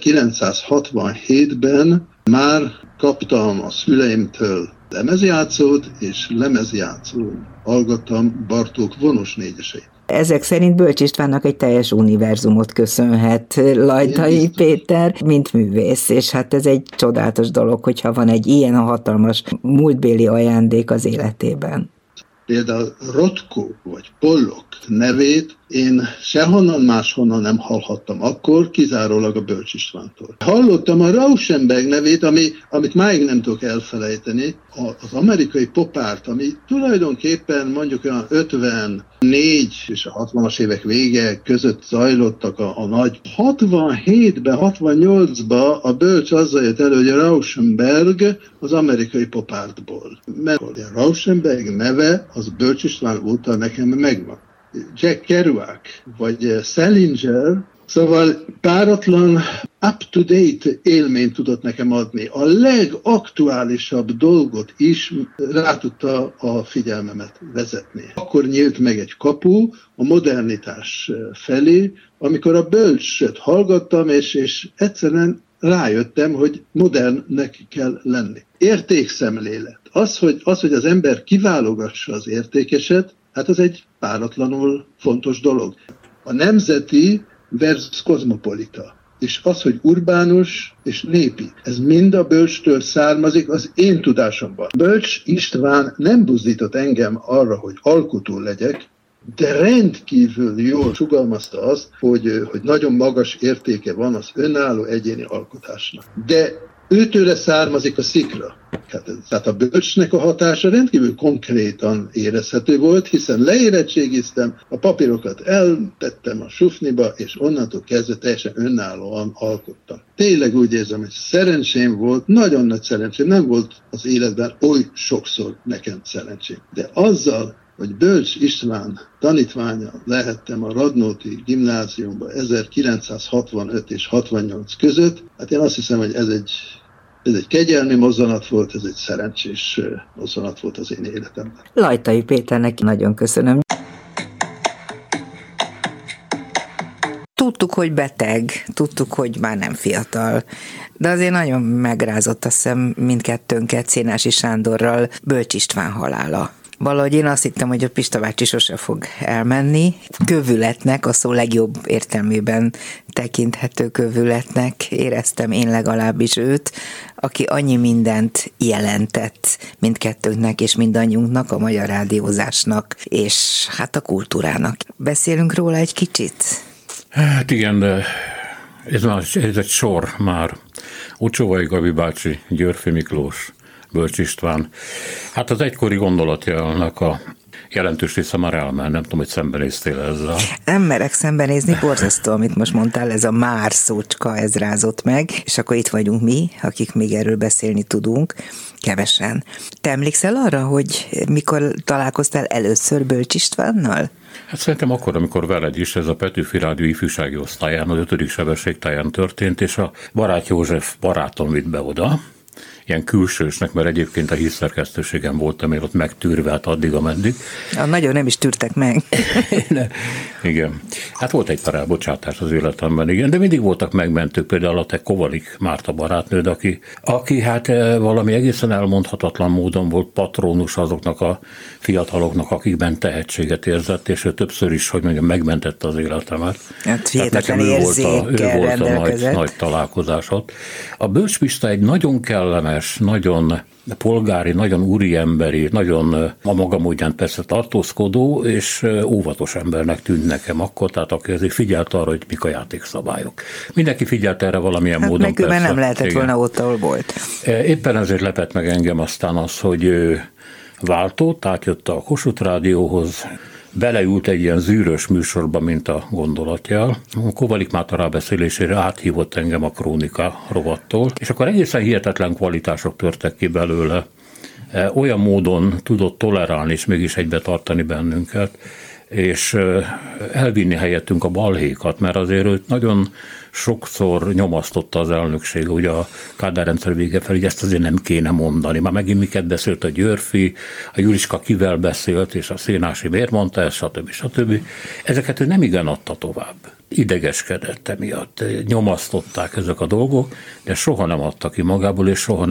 H: 1967-ben már kaptam a szüleimtől lemezjátszót, és lemezjátszón hallgattam Bartók vonós 4-eseit.
B: Ezek szerint Bölcs Istvánnak egy teljes univerzumot köszönhet Lajtai Péter, mint művész, és hát ez egy csodálatos dolog, hogyha van egy ilyen hatalmas múltbéli ajándék az életében.
H: Például Rothko vagy Pollock nevét én sehonnan máshonnan nem hallhattam akkor, kizárólag a Bölcs Istvántól. Hallottam a Rauschenberg nevét, amit máig nem tudok elfelejteni, az amerikai popárt, ami tulajdonképpen mondjuk olyan 54 és a 60-as évek vége között zajlottak a nagy. 67-ben, 68-ban a Bölcs azzal jött elő, hogy a Rauschenberg az amerikai popártból. Mert a Rauschenberg neve az Bölcs István óta nekem megvan. Jack Kerouac, vagy Salinger, szóval páratlan up-to-date élményt tudott nekem adni. A legaktuálisabb dolgot is rá tudta a figyelmemet vezetni. Akkor nyílt meg egy kapu a modernitás felé, amikor a Bölcsöt hallgattam, és egyszerűen rájöttem, hogy modernnek kell lenni. Értékszemlélet. Az, hogy az ember kiválogassa az értékeset, hát az egy páratlanul fontos dolog. A nemzeti versus kozmopolita. És az, hogy urbánus és népi. Ez mind a Bölcstől származik az én tudásomban. Bölcs István nem buzdított engem arra, hogy alkotó legyek, de rendkívül jól sugalmazta azt, hogy nagyon magas értéke van az önálló egyéni alkotásnak. De őtőle származik a szikra. Tehát a Bölcsnek a hatása rendkívül konkrétan érezhető volt, hiszen leérettségiztem, a papírokat eltettem a sufniba, és onnantól kezdve teljesen önállóan alkottam. Tényleg úgy érzem, hogy szerencsém volt, nagyon nagy szerencsém, nem volt az életben oly sokszor nekem szerencsém. De azzal, hogy Bölcs István tanítványa lehettem a Radnóti Gimnáziumban 1965 és 68 között, hát én azt hiszem, hogy ez egy kegyelmi mozzanat volt, ez egy szerencsés mozzanat volt az én életemben.
B: Lajtai Péternek nagyon köszönöm. Tudtuk, hogy beteg, tudtuk, hogy már nem fiatal, de azért nagyon megrázott, azt hiszem, mindkettőnket Szénási Sándorral Bölcs István halála. Valahogy én azt hittem, hogy a Pista bácsi sose fog elmenni. Kövületnek, a szó legjobb értelmében tekinthető kövületnek éreztem én legalábbis őt, aki annyi mindent jelentett mindkettőnknek és mindannyiunknak, a magyar rádiózásnak és hát a kultúrának. Beszélünk róla egy kicsit?
I: Hát igen, de ez egy sor már. Ucsovai Gabi bácsi, Györfi Miklós, Bölcs István. Hát az egykori gondolatjelnek a jelentős része már elment, nem tudom, hogy szembenéztél ezzel.
B: Nem merek szembenézni, borzasztó, amit most mondtál, ez a már szócska, ez rázott meg, és akkor itt vagyunk mi, akik még erről beszélni tudunk, kevesen. Te emlékszel arra, hogy mikor találkoztál először Bölcs Istvánnal?
I: Hát szerintem akkor, amikor veled is ez a Petőfi Rádió ifjúsági osztályán, az 5. sebességtáján történt, és a Barát József barátom vitt be oda, ilyen külsősnek, mert egyébként a hírszerkesztőségen voltam, én ott megtűrve, hát addig, ameddig.
B: Nagyon nem is tűrtek meg.
I: Igen. Hát volt egy pár elbocsátás az életemben, igen, de mindig voltak megmentők, például a te Kovalik Márta barátnőd, aki hát valami egészen elmondhatatlan módon volt patronus azoknak a fiataloknak, akikben tehetséget érzett, és ő többször is, hogy mondjam, megmentette az életemet.
B: Hát hihetetlen érzékkel
I: rendelkezett. Ő volt a nagy találkozásod. A Bölcs Pista egy nagyon kellemes, nagyon polgári, nagyon úriemberi, nagyon a maga módján persze tartózkodó és óvatos embernek tűnt nekem akkor, tehát aki azért figyelt arra, hogy mik a játékszabályok. Mindenki figyelt erre valamilyen módon.
B: Hát meg nem lehetett igen. volna ott, ahol volt.
I: Éppen ezért lepett meg engem aztán az, hogy váltott, átjött a Kossuth Rádióhoz, beleült egy ilyen zűrös műsorba, mint a Gondolatjel. Kovalik Márta rábeszélésére áthívott engem a Krónika rovattól, és akkor egészen hihetetlen kvalitások törtek ki belőle. Olyan módon tudott tolerálni, és mégis egybe tartani bennünket, és elvinni helyettünk a balhékat, mert azért őt nagyon sokszor nyomasztotta az elnökség, ugye a Kádár rendszer vége fel, hogy ezt azért nem kéne mondani. Már megint miket beszélt a Györfi, a Juliska kivel beszélt, és a Szénási miért mondta ezt, stb. Ezeket ő nem igen adta tovább. Idegeskedett emiatt, nyomasztották ezek a dolgok, de soha nem adta ki magából, és soha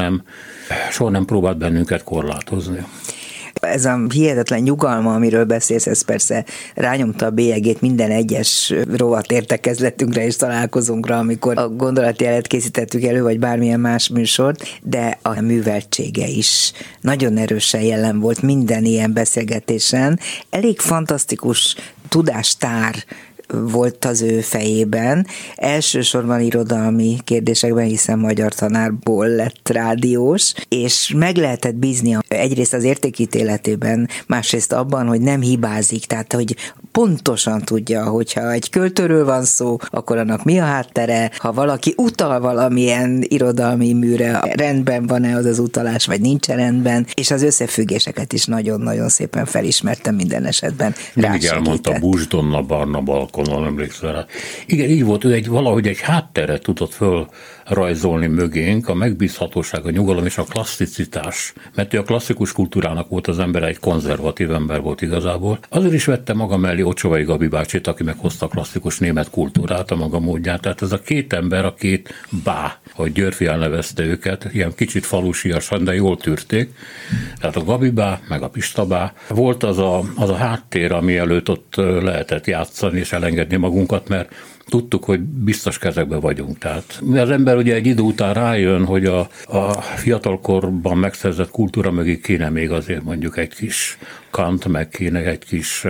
I: nem próbált bennünket korlátozni.
B: Ez a hihetetlen nyugalma, amiről beszélsz, ez persze rányomta a bélyegét minden egyes rovat értekezletünkre és találkozónkra, amikor a gondolatjelet készítettük elő, vagy bármilyen más műsort, de a műveltsége is nagyon erősen jelen volt minden ilyen beszélgetésen. Elég fantasztikus tudástár volt az ő fejében. Elsősorban irodalmi kérdésekben, hiszen magyar tanárból lett rádiós, és meg lehetett bízni egyrészt az értékítéletében, másrészt abban, hogy nem hibázik, tehát hogy pontosan tudja, hogyha egy költőről van szó, akkor annak mi a háttere, ha valaki utal valamilyen irodalmi műre, rendben van-e az utalás, vagy nincs rendben, és az összefüggéseket is nagyon-nagyon szépen felismertem minden esetben.
I: Mindig elmondta Búsdonna barna balkonon, emlékszel rá. Igen, így volt, ő valahogy egy hátteret tudott fölrajzolni mögénk, a megbízhatóság, a nyugalom és a klasszicitás, mert ő a klasszikus kultúrának volt az ember, egy konzervatív ember volt igazából. Azért is vette maga mellé Ocsovai Gabi bácsit, aki meghozta a klasszikus német kultúrát a maga módján. Tehát ez a két ember, a két bá, ahogy Györfi elnevezte őket, ilyen kicsit falusiasan, de jól tűrték. Tehát a Gabi bá, meg a Pista bá. Volt az a háttér, ami előtt ott lehetett játszani és elengedni magunkat, mert tudtuk, hogy biztos kezekben vagyunk. Tehát az ember ugye egy idő után rájön, hogy a fiatalkorban megszerzett kultúra mögé kéne még azért mondjuk egy kis Kant, meg kéne egy kis,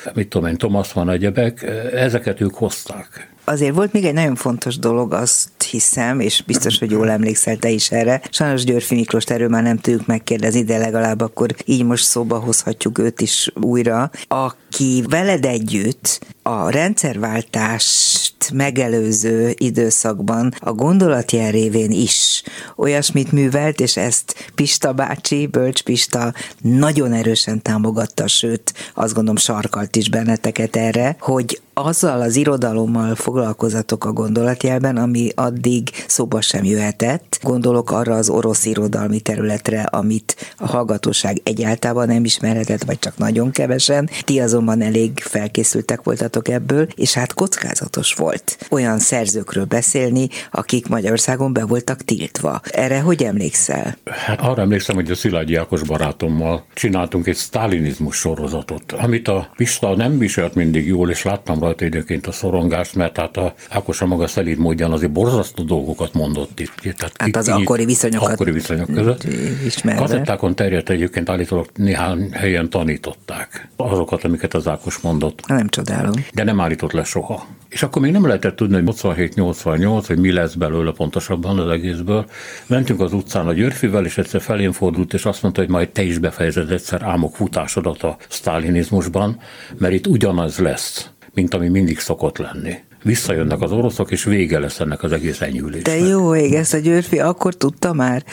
I: Thomas Mann, egyebek, ezeket ők hozták.
B: Azért volt még egy nagyon fontos dolog, azt hiszem, és biztos, hogy jól emlékszel te is erre. Sajnos Györfi Miklóst erről már nem tudjuk megkérdezni, de legalább akkor így most szóba hozhatjuk őt is újra, aki veled együtt a rendszerváltást megelőző időszakban a gondolatjel révén is olyasmit művelt, és ezt Pista bácsi, Bölcs Pista nagyon erősen támogatta, sőt, azt gondolom sarkalt is benneteket erre, hogy azzal az irodalommal foglalkozatok a gondolatjelben, ami addig szóba sem jöhetett. Gondolok arra az orosz irodalmi területre, amit a hallgatóság egyáltalán nem ismerhetett, vagy csak nagyon kevesen. Ti azonban elég felkészültek voltatok ebből, és hát kockázatos volt olyan szerzőkről beszélni, akik Magyarországon be voltak tiltva. Erre hogy emlékszel?
I: Hát arra emlékszem, hogy a Szilágyi Ákos barátommal csináltunk egy sztálinizmus sorozatot, amit a Pista nem viselt mindig jól, és láttam rajta időként a szorongást, mert hát a Ákos a maga szelíd módján azért borzasztó dolgokat mondott itt. Tehát
B: hát az akkori viszonyok
I: között. Kazettákon terjedt egyébként, állítólag néhány helyen tanították azokat, amiket az Ákos mondott.
B: Nem csodálom.
I: De nem állított le soha. És akkor még nem lehetett tudni, hogy 87-88, hogy mi lesz belőle pontosabban az egészből. Mentünk az utcán a Györfivel, és egyszer felém fordult, és azt mondta, hogy majd te is befejezed egyszer álmok futásodat a sztálinizmusban, mert itt ugyanaz lesz, mint ami mindig szokott lenni. Visszajönnek az oroszok, és vége lesz ennek az egész enyhülésnek.
B: De jó ég, ezt a Györfi akkor tudta már?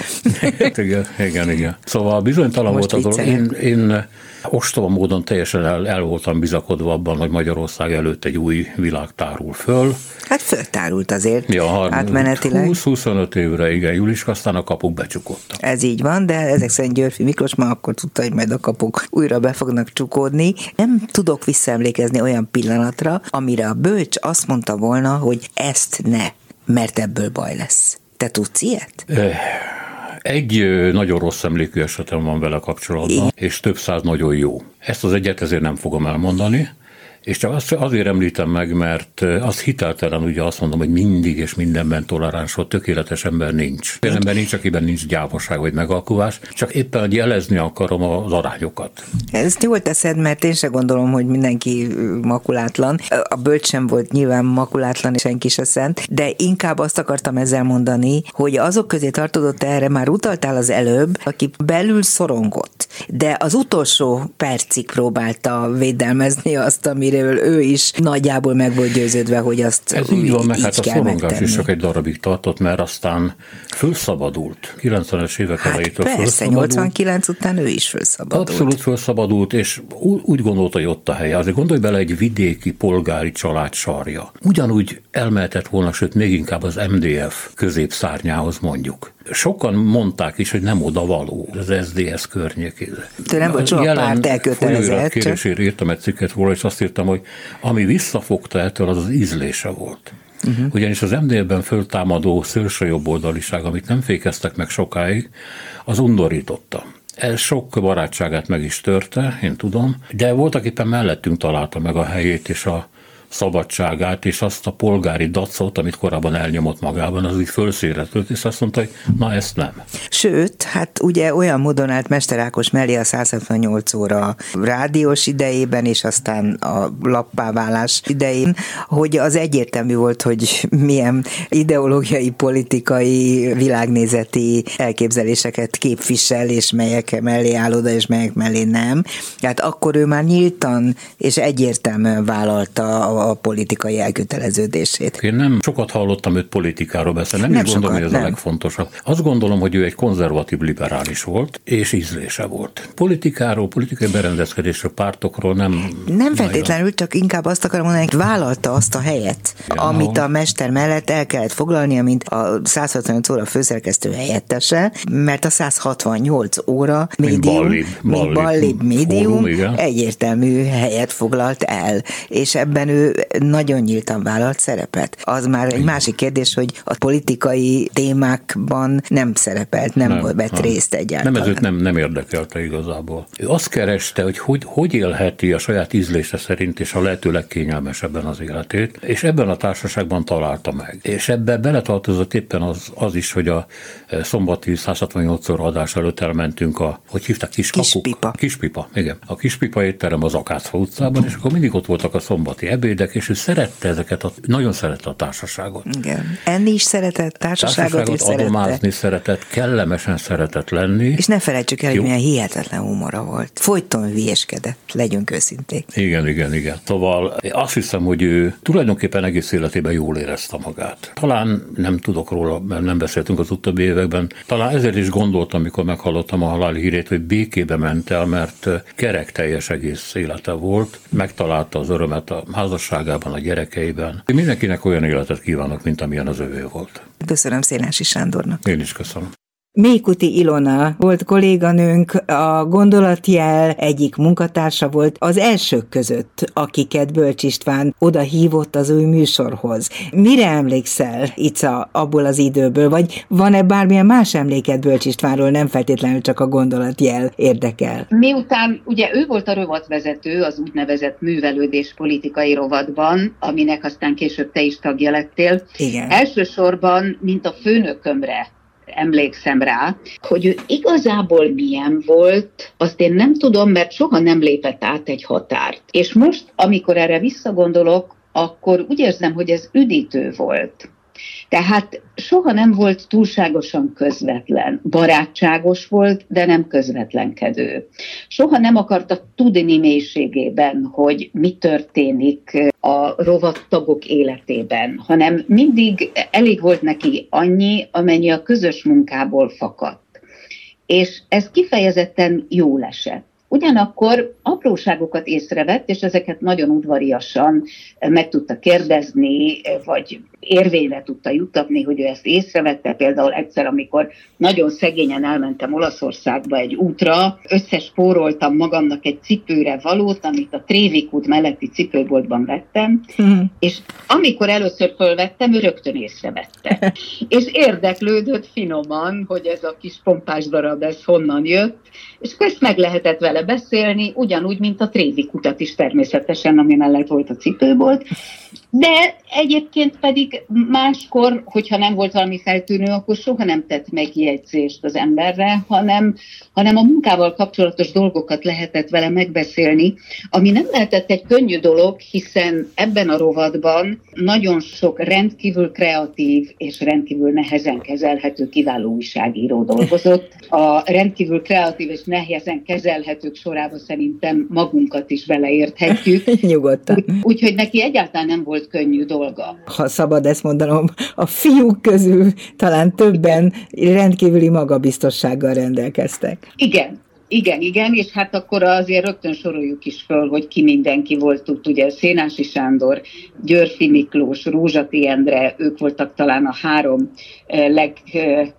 I: igen. Szóval bizonytalan volt a dolog. Én ostoba módon teljesen el voltam bizakodva abban, hogy Magyarország előtt egy új világ tárul föl.
B: Hát föltárult azért átmenetileg.
I: 20-25 évre, igen, Juliska, aztán a kapuk becsukódtak.
B: Ez így van, de ezek szerint Györfi Miklós már akkor tudta, hogy majd a kapuk újra be fognak csukódni. Nem tudok visszaemlékezni olyan pillanatra, amire a Bölcs azt mondta volna, hogy ezt ne, mert ebből baj lesz. Te tudsz ilyet?
I: Egy nagyon rossz emlékű esetem van vele kapcsolatban, és több száz nagyon jó. Ezt az egyet ezért nem fogom elmondani, és csak azért említem meg, mert az hiteltelen, ugye azt mondom, hogy mindig és mindenben toleráns volt, tökéletes ember nincs. Olyan ember nincs, akiben nincs gyávaság vagy megalkuvás, csak éppen jelezni akarom az arányokat.
B: Ezt jól teszed, mert én se gondolom, hogy mindenki makulátlan. A Bölcs sem volt nyilván makulátlan, és senki se szent, de inkább azt akartam ezzel mondani, hogy azok közé tartodott, erre már utaltál az előbb, aki belül szorongott, de az utolsó percig próbálta védelmezni azt, amiről ő is nagyjából meg volt győződve, hogy azt
I: ez így van, meg hát a szorongás is csak egy darabig tartott, mert aztán fölszabadult. 90-es évek elejétől
B: persze,
I: fölszabadult.
B: 89 után ő is fölszabadult.
I: Abszolút fölszabadult, és úgy gondolta, hogy ott a helye. Azért gondolj bele, egy vidéki polgári család sarja. Ugyanúgy elmehetett volna, sőt még inkább az MDF középszárnyához mondjuk. Sokan mondták is, hogy nem oda való az SZDSZ környékére.
B: De nem volt soha párt elkötelezett.
I: Kérésért írtam egy cikket róla, és azt írtam, hogy ami visszafogta ettől, az az ízlése volt. Ugyanis az MDF-ben föltámadó szélsőjobboldaliság, amit nem fékeztek meg sokáig, az undorította. Ez sok barátságát meg is törte, én tudom, de voltak éppen mellettünk találta meg a helyét, és a szabadságát, és azt a polgári dacot, amit korábban elnyomott magában, az így fölszéretült, és azt mondta, hogy na ezt nem.
C: Sőt, hát ugye olyan módon állt Mester Ákos mellé a 168 óra rádiós idejében, és aztán a lappá válás idején, hogy az egyértelmű volt, hogy milyen ideológiai, politikai, világnézeti elképzeléseket képvisel, és melyek mellé áll oda, és melyek mellé nem. Tehát akkor ő már nyíltan és egyértelműen vállalta a politikai elköteleződését.
I: Én nem sokat hallottam őt politikáról beszélni, nem is gondolom, hogy ez a legfontosabb. Azt gondolom, hogy ő egy konzervatív liberális volt, és ízlése volt. Politikáról, politikai berendezkedésről, pártokról nem
C: feltétlenül, csak inkább azt akarom mondani, hogy vállalta azt a helyet, amit a mester mellett el kellett foglalnia, mint a 168 óra főszerkesztő helyettese, mert a 168 óra médium, mint ballibb médium, egyértelmű helyet foglalt el, és ebben ő nagyon nyíltan vállalt szerepet. Az már egy másik kérdés, hogy a politikai témákban nem szerepelt, nem vett részt egyáltalán.
I: Nem, ez őt nem érdekelte igazából. Ő azt kereste, hogy élheti a saját ízlése szerint, és a lehető legkényelmesebben az életét, és ebben a társaságban találta meg. És ebben beletartozott éppen az is, hogy a szombati 168 óra adás előtt elmentünk hogy hívták? Kispipa, igen. A Kispipa étterem az Akácfa utcában, és akkor mindig ott voltak a szombati ebédek, és ő szerette ezeket, nagyon szerette a társaságot.
C: Igen. Enni is szeretett, társaságot is szerette.
I: Adomázni szeretett, kellemesen szeretett lenni.
C: És ne felejtsük el, hogy milyen hihetetlen humora volt. Folyton hülyeskedett, legyünk őszinték.
I: Igen. Szóval azt hiszem, hogy ő tulajdonképpen egész életében jól érezte magát. Talán nem tudok róla, mert nem beszéltünk az utóbbi években. Talán ezért is gondoltam, amikor meghallottam a halál hírét, hogy békébe ment el, mert kerekteljes egész élete volt. Megtalálta az örömet a házasságában, a gyerekeiben. Mindenkinek olyan életet kívánok, mint amilyen az övé volt.
C: Köszönöm Szénási Sándornak.
I: Én is köszönöm.
B: Mékuti Ilona volt kolléganőnk, a Gondolatjel egyik munkatársa volt az elsők között, akiket Bölcs István oda hívott az új műsorhoz. Mire emlékszel, Ica, abból az időből, vagy van-e bármilyen más emléket Bölcs Istvánról, nem feltétlenül csak a Gondolatjel érdekel?
J: Miután ugye ő volt a rovatvezető az úgynevezett művelődés politikai rovatban, aminek aztán később te is tagja lettél.
B: Igen.
J: Elsősorban, mint a főnökömre emlékszem rá, hogy ő igazából milyen volt, azt én nem tudom, mert soha nem lépett át egy határt. És most, amikor erre visszagondolok, akkor úgy érzem, hogy ez üdítő volt. Tehát soha nem volt túlságosan közvetlen. Barátságos volt, de nem közvetlenkedő. Soha nem akarta tudni mélységében, hogy mi történik a rovattagok életében, hanem mindig elég volt neki annyi, amennyi a közös munkából fakadt. És ez kifejezetten jól esett. Ugyanakkor apróságokat észrevett, és ezeket nagyon udvariasan meg tudta kérdezni, vagy érvényre tudta juttatni, hogy ő ezt észrevette. Például egyszer, amikor nagyon szegényen elmentem Olaszországba egy útra, összespóroltam magamnak egy cipőre valót, amit a Trévik út melletti cipőboltban vettem, és amikor először fölvettem, ő rögtön észrevette. És érdeklődött finoman, hogy ez a kis pompás darab, ez honnan jött, és ezt meg lehetett vele beszélni, ugyanúgy, mint a Trévik utat is természetesen, ami mellett volt a cipőbolt. De egyébként pedig máskor, hogyha nem volt valami feltűnő, akkor soha nem tett megjegyzést az emberre, hanem a munkával kapcsolatos dolgokat lehetett vele megbeszélni, ami nem lehetett egy könnyű dolog, hiszen ebben a rovatban nagyon sok rendkívül kreatív és rendkívül nehezen kezelhető kiváló újságíró dolgozott. A rendkívül kreatív és nehezen kezelhetők sorába szerintem magunkat is beleérthetjük.
B: Nyugodtan.
J: Úgyhogy neki egyáltalán nem volt könnyű dolga.
B: Ha szabad ezt mondanom, a fiúk közül talán többen rendkívüli magabiztossággal rendelkeztek.
J: Igen, és hát akkor azért rögtön soroljuk is föl, hogy ki mindenki volt ott, ugye Szénási Sándor, Györfi Miklós, Rózsati Endre, ők voltak talán a három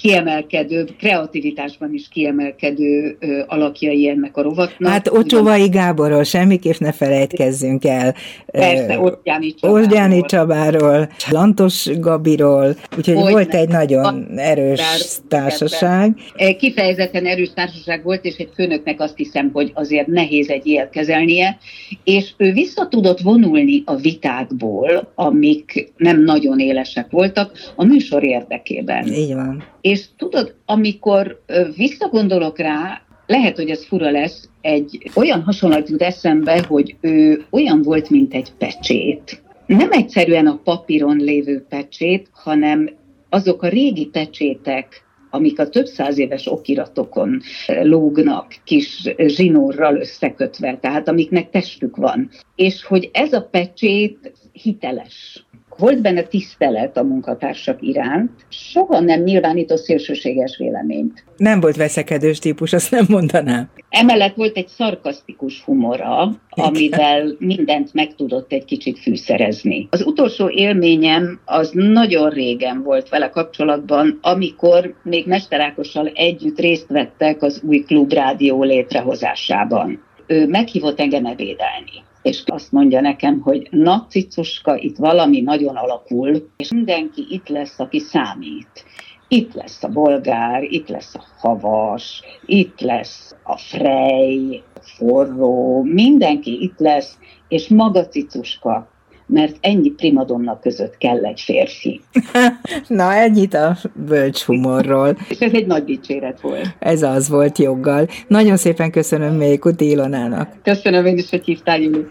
J: kiemelkedő, kreativitásban is kiemelkedő alakjai ennek a rovatnak.
B: Hát Ocsovai Gáborról semmiképp ne felejtkezzünk el.
J: Persze,
B: Ózsgyáni Csabáról, Lantos Gabiról, úgyhogy volt egy nagyon erős társaság.
J: Kifejezetten erős társaság volt, és egy főnöknek azt hiszem, hogy azért nehéz egy ilyet kezelnie, és ő vissza tudott vonulni a vitákból, amik nem nagyon élesek voltak, a műsor érdekében.
B: Így van.
J: És tudod, amikor visszagondolok rá, lehet, hogy ez fura lesz, egy olyan hasonlat jut eszembe, hogy ő olyan volt, mint egy pecsét. Nem egyszerűen a papíron lévő pecsét, hanem azok a régi pecsétek, amik a több száz éves okiratokon lógnak kis zsinórral összekötve, tehát amiknek testük van. És hogy ez a pecsét hiteles. Volt benne tisztelet a munkatársak iránt, soha nem nyilvánított szélsőséges véleményt.
B: Nem volt veszekedős típus, azt nem mondanám.
J: Emellett volt egy szarkasztikus humora, amivel mindent meg tudott egy kicsit fűszerezni. Az utolsó élményem az nagyon régen volt vele kapcsolatban, amikor még Mester Ákossal együtt részt vettek az új klubrádió létrehozásában. Ő meghívott engem ebédelni. És azt mondja nekem, hogy na cicuska, itt valami nagyon alakul, és mindenki itt lesz, aki számít. Itt lesz a bolgár, itt lesz a havas, itt lesz a frej, a forró, mindenki itt lesz, és maga cicuska, mert ennyi primadonna között kell egy férfi.
B: Na, ennyit a bölcs humorról.
J: És ez egy nagy dicséret volt.
B: Ez az volt joggal. Nagyon szépen köszönöm még Kuti Ilonának.
J: Köszönöm én is, hogy hívtál, Júli.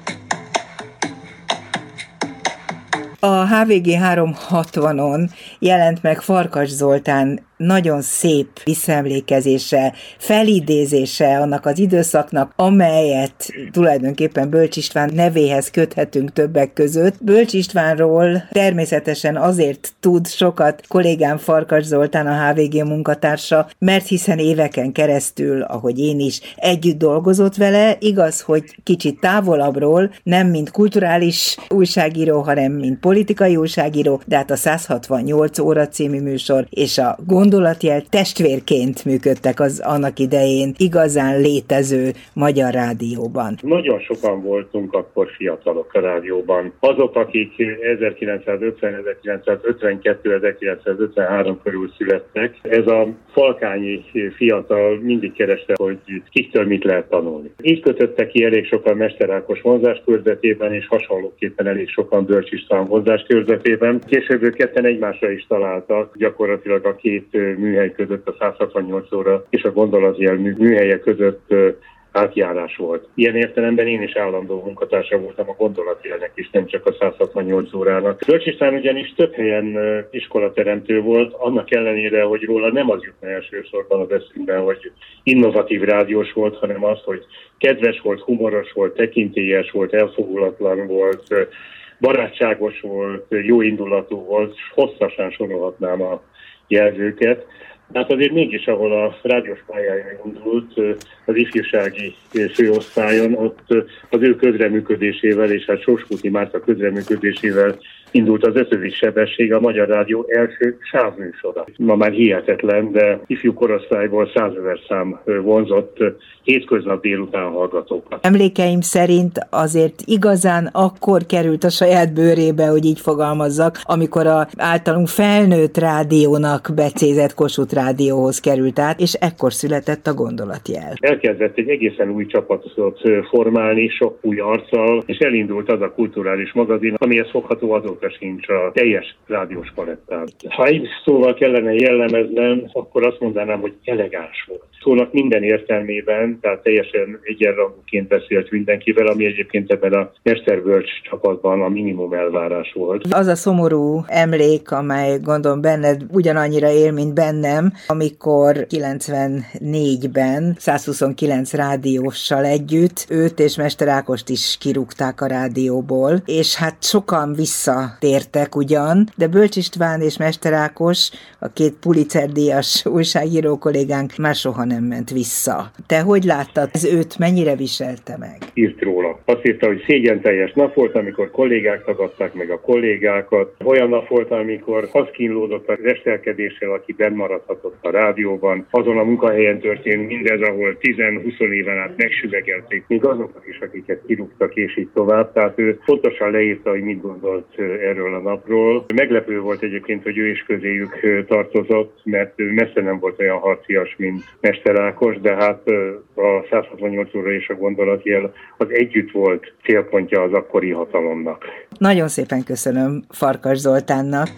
B: A HVG 360-on jelent meg Farkas Zoltán nagyon szép visszaemlékezése, felidézése annak az időszaknak, amelyet tulajdonképpen Bölcs István nevéhez köthetünk többek között. Bölcs Istvánról természetesen azért tud sokat kollégám Farkas Zoltán, a HVG munkatársa, mert hiszen éveken keresztül, ahogy én is, együtt dolgozott vele, igaz, hogy kicsit távolabbról, nem mint kulturális újságíró, hanem mint politikai újságíró, de hát a 168 óra című műsor és a Gondolatjel testvérként működtek az annak idején igazán létező magyar rádióban.
K: Nagyon sokan voltunk akkor fiatalok a rádióban. Azok, akik 1950, 1952, 1953 körül születtek, ez a falkányi fiatal mindig kereste, hogy kiktől mit lehet tanulni. Így kötöttek ki elég sokan Mester Ákos vonzáskörzetében, és hasonlóképpen elég sokan Bölcs István vonzáskörzetében. Később ők ketten egymásra is találtak, gyakorlatilag a két műhely között, a 168 óra és a Gondolatjel műhelye között átjárás volt. Ilyen értelemben én is állandó munkatársa voltam a Gondolatjelnek is, nem csak a 168 órának. Bölcs István ugyanis több helyen iskolateremtő volt, annak ellenére, hogy róla nem az jutna elsősorban az eszünkben, hogy innovatív rádiós volt, hanem az, hogy kedves volt, humoros volt, tekintélyes volt, elfogulatlan volt, barátságos volt, jó indulatú volt, hosszasan sorolhatnám a jelzőket. Hát azért mégis, ahol a rádiós pályája indult, az ifjúsági főosztályon, ott az ő közreműködésével és hát Sóskuti Márta közreműködésével indult az 5. sebesség, a Magyar Rádió első sávműsora. Ma már hihetetlen, de ifjú korosztályból 100 000 szám vonzott hétköznap délután hallgatókat.
B: Emlékeim szerint azért igazán akkor került a saját bőrébe, hogy így fogalmazzak, amikor a általunk felnőtt rádiónak becézett Kossuth Rádióhoz került át, és ekkor született a Gondolatjel.
K: Elkezdett egy egészen új csapatot formálni, sok új arccal, és elindult az a kulturális magazin, amihez fogható azóta sincs a teljes rádiós palettán. Ha egy szóval kellene jellemeznem, akkor azt mondanám, hogy elegáns volt. Szónak minden értelmében, tehát teljesen egyenrangúként beszélt mindenkivel, ami egyébként ebben a Mesterbölcs csapatban a minimum elvárás volt.
B: Az a szomorú emlék, amely gondolom benned ugyanannyira él, mint bennem, amikor 94-ben 129 rádióssal együtt őt és Mester Ákost is kirúgták a rádióból, és hát sokan visszatértek ugyan, de Bölcs István és Mester Ákos, a két Pulitzer-díjas újságíró kollégánk már soha nem ment vissza. Te hogy láttad, az őt mennyire viselte meg?
K: Írt róla. Azt írta, hogy szégyenteljes nap volt, amikor kollégák tagadták meg a kollégákat. Olyan nap volt, amikor az kínlódott az eselkedéssel, aki bennmaradhatott a rádióban. Azon a munkahelyen történt mindez, ahol 10-20 éven át megsüvegelték, még azokat is, akiket kirúgtak, és így tovább. Tehát ő pontosan leírta, hogy mit gondolt erről a napról. Meglepő volt egyébként, hogy ő is közéjük tartozott, mert ő messze nem volt olyan harcias, mint Mester Ákos, de hát a 168 óra és a gondolatjel az együtt volt célpontja az akkori hatalomnak.
B: Nagyon szépen köszönöm Farkas Zoltánnak.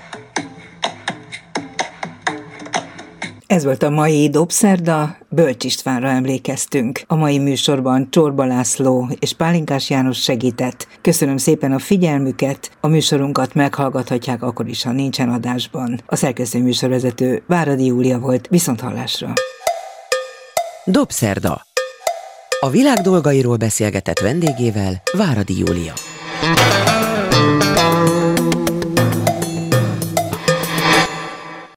B: Ez volt a mai Dobszerda, Bölcs Istvánra emlékeztünk. A mai műsorban Csorba László és Pálinkás János segített. Köszönöm szépen a figyelmüket, a műsorunkat meghallgathatják akkor is, ha nincsen adásban. A szerkesztő műsorvezető Váradi Júlia volt, viszonthallásra.
A: Dobszerda. A világ dolgairól beszélgetett vendégével Váradi Júlia.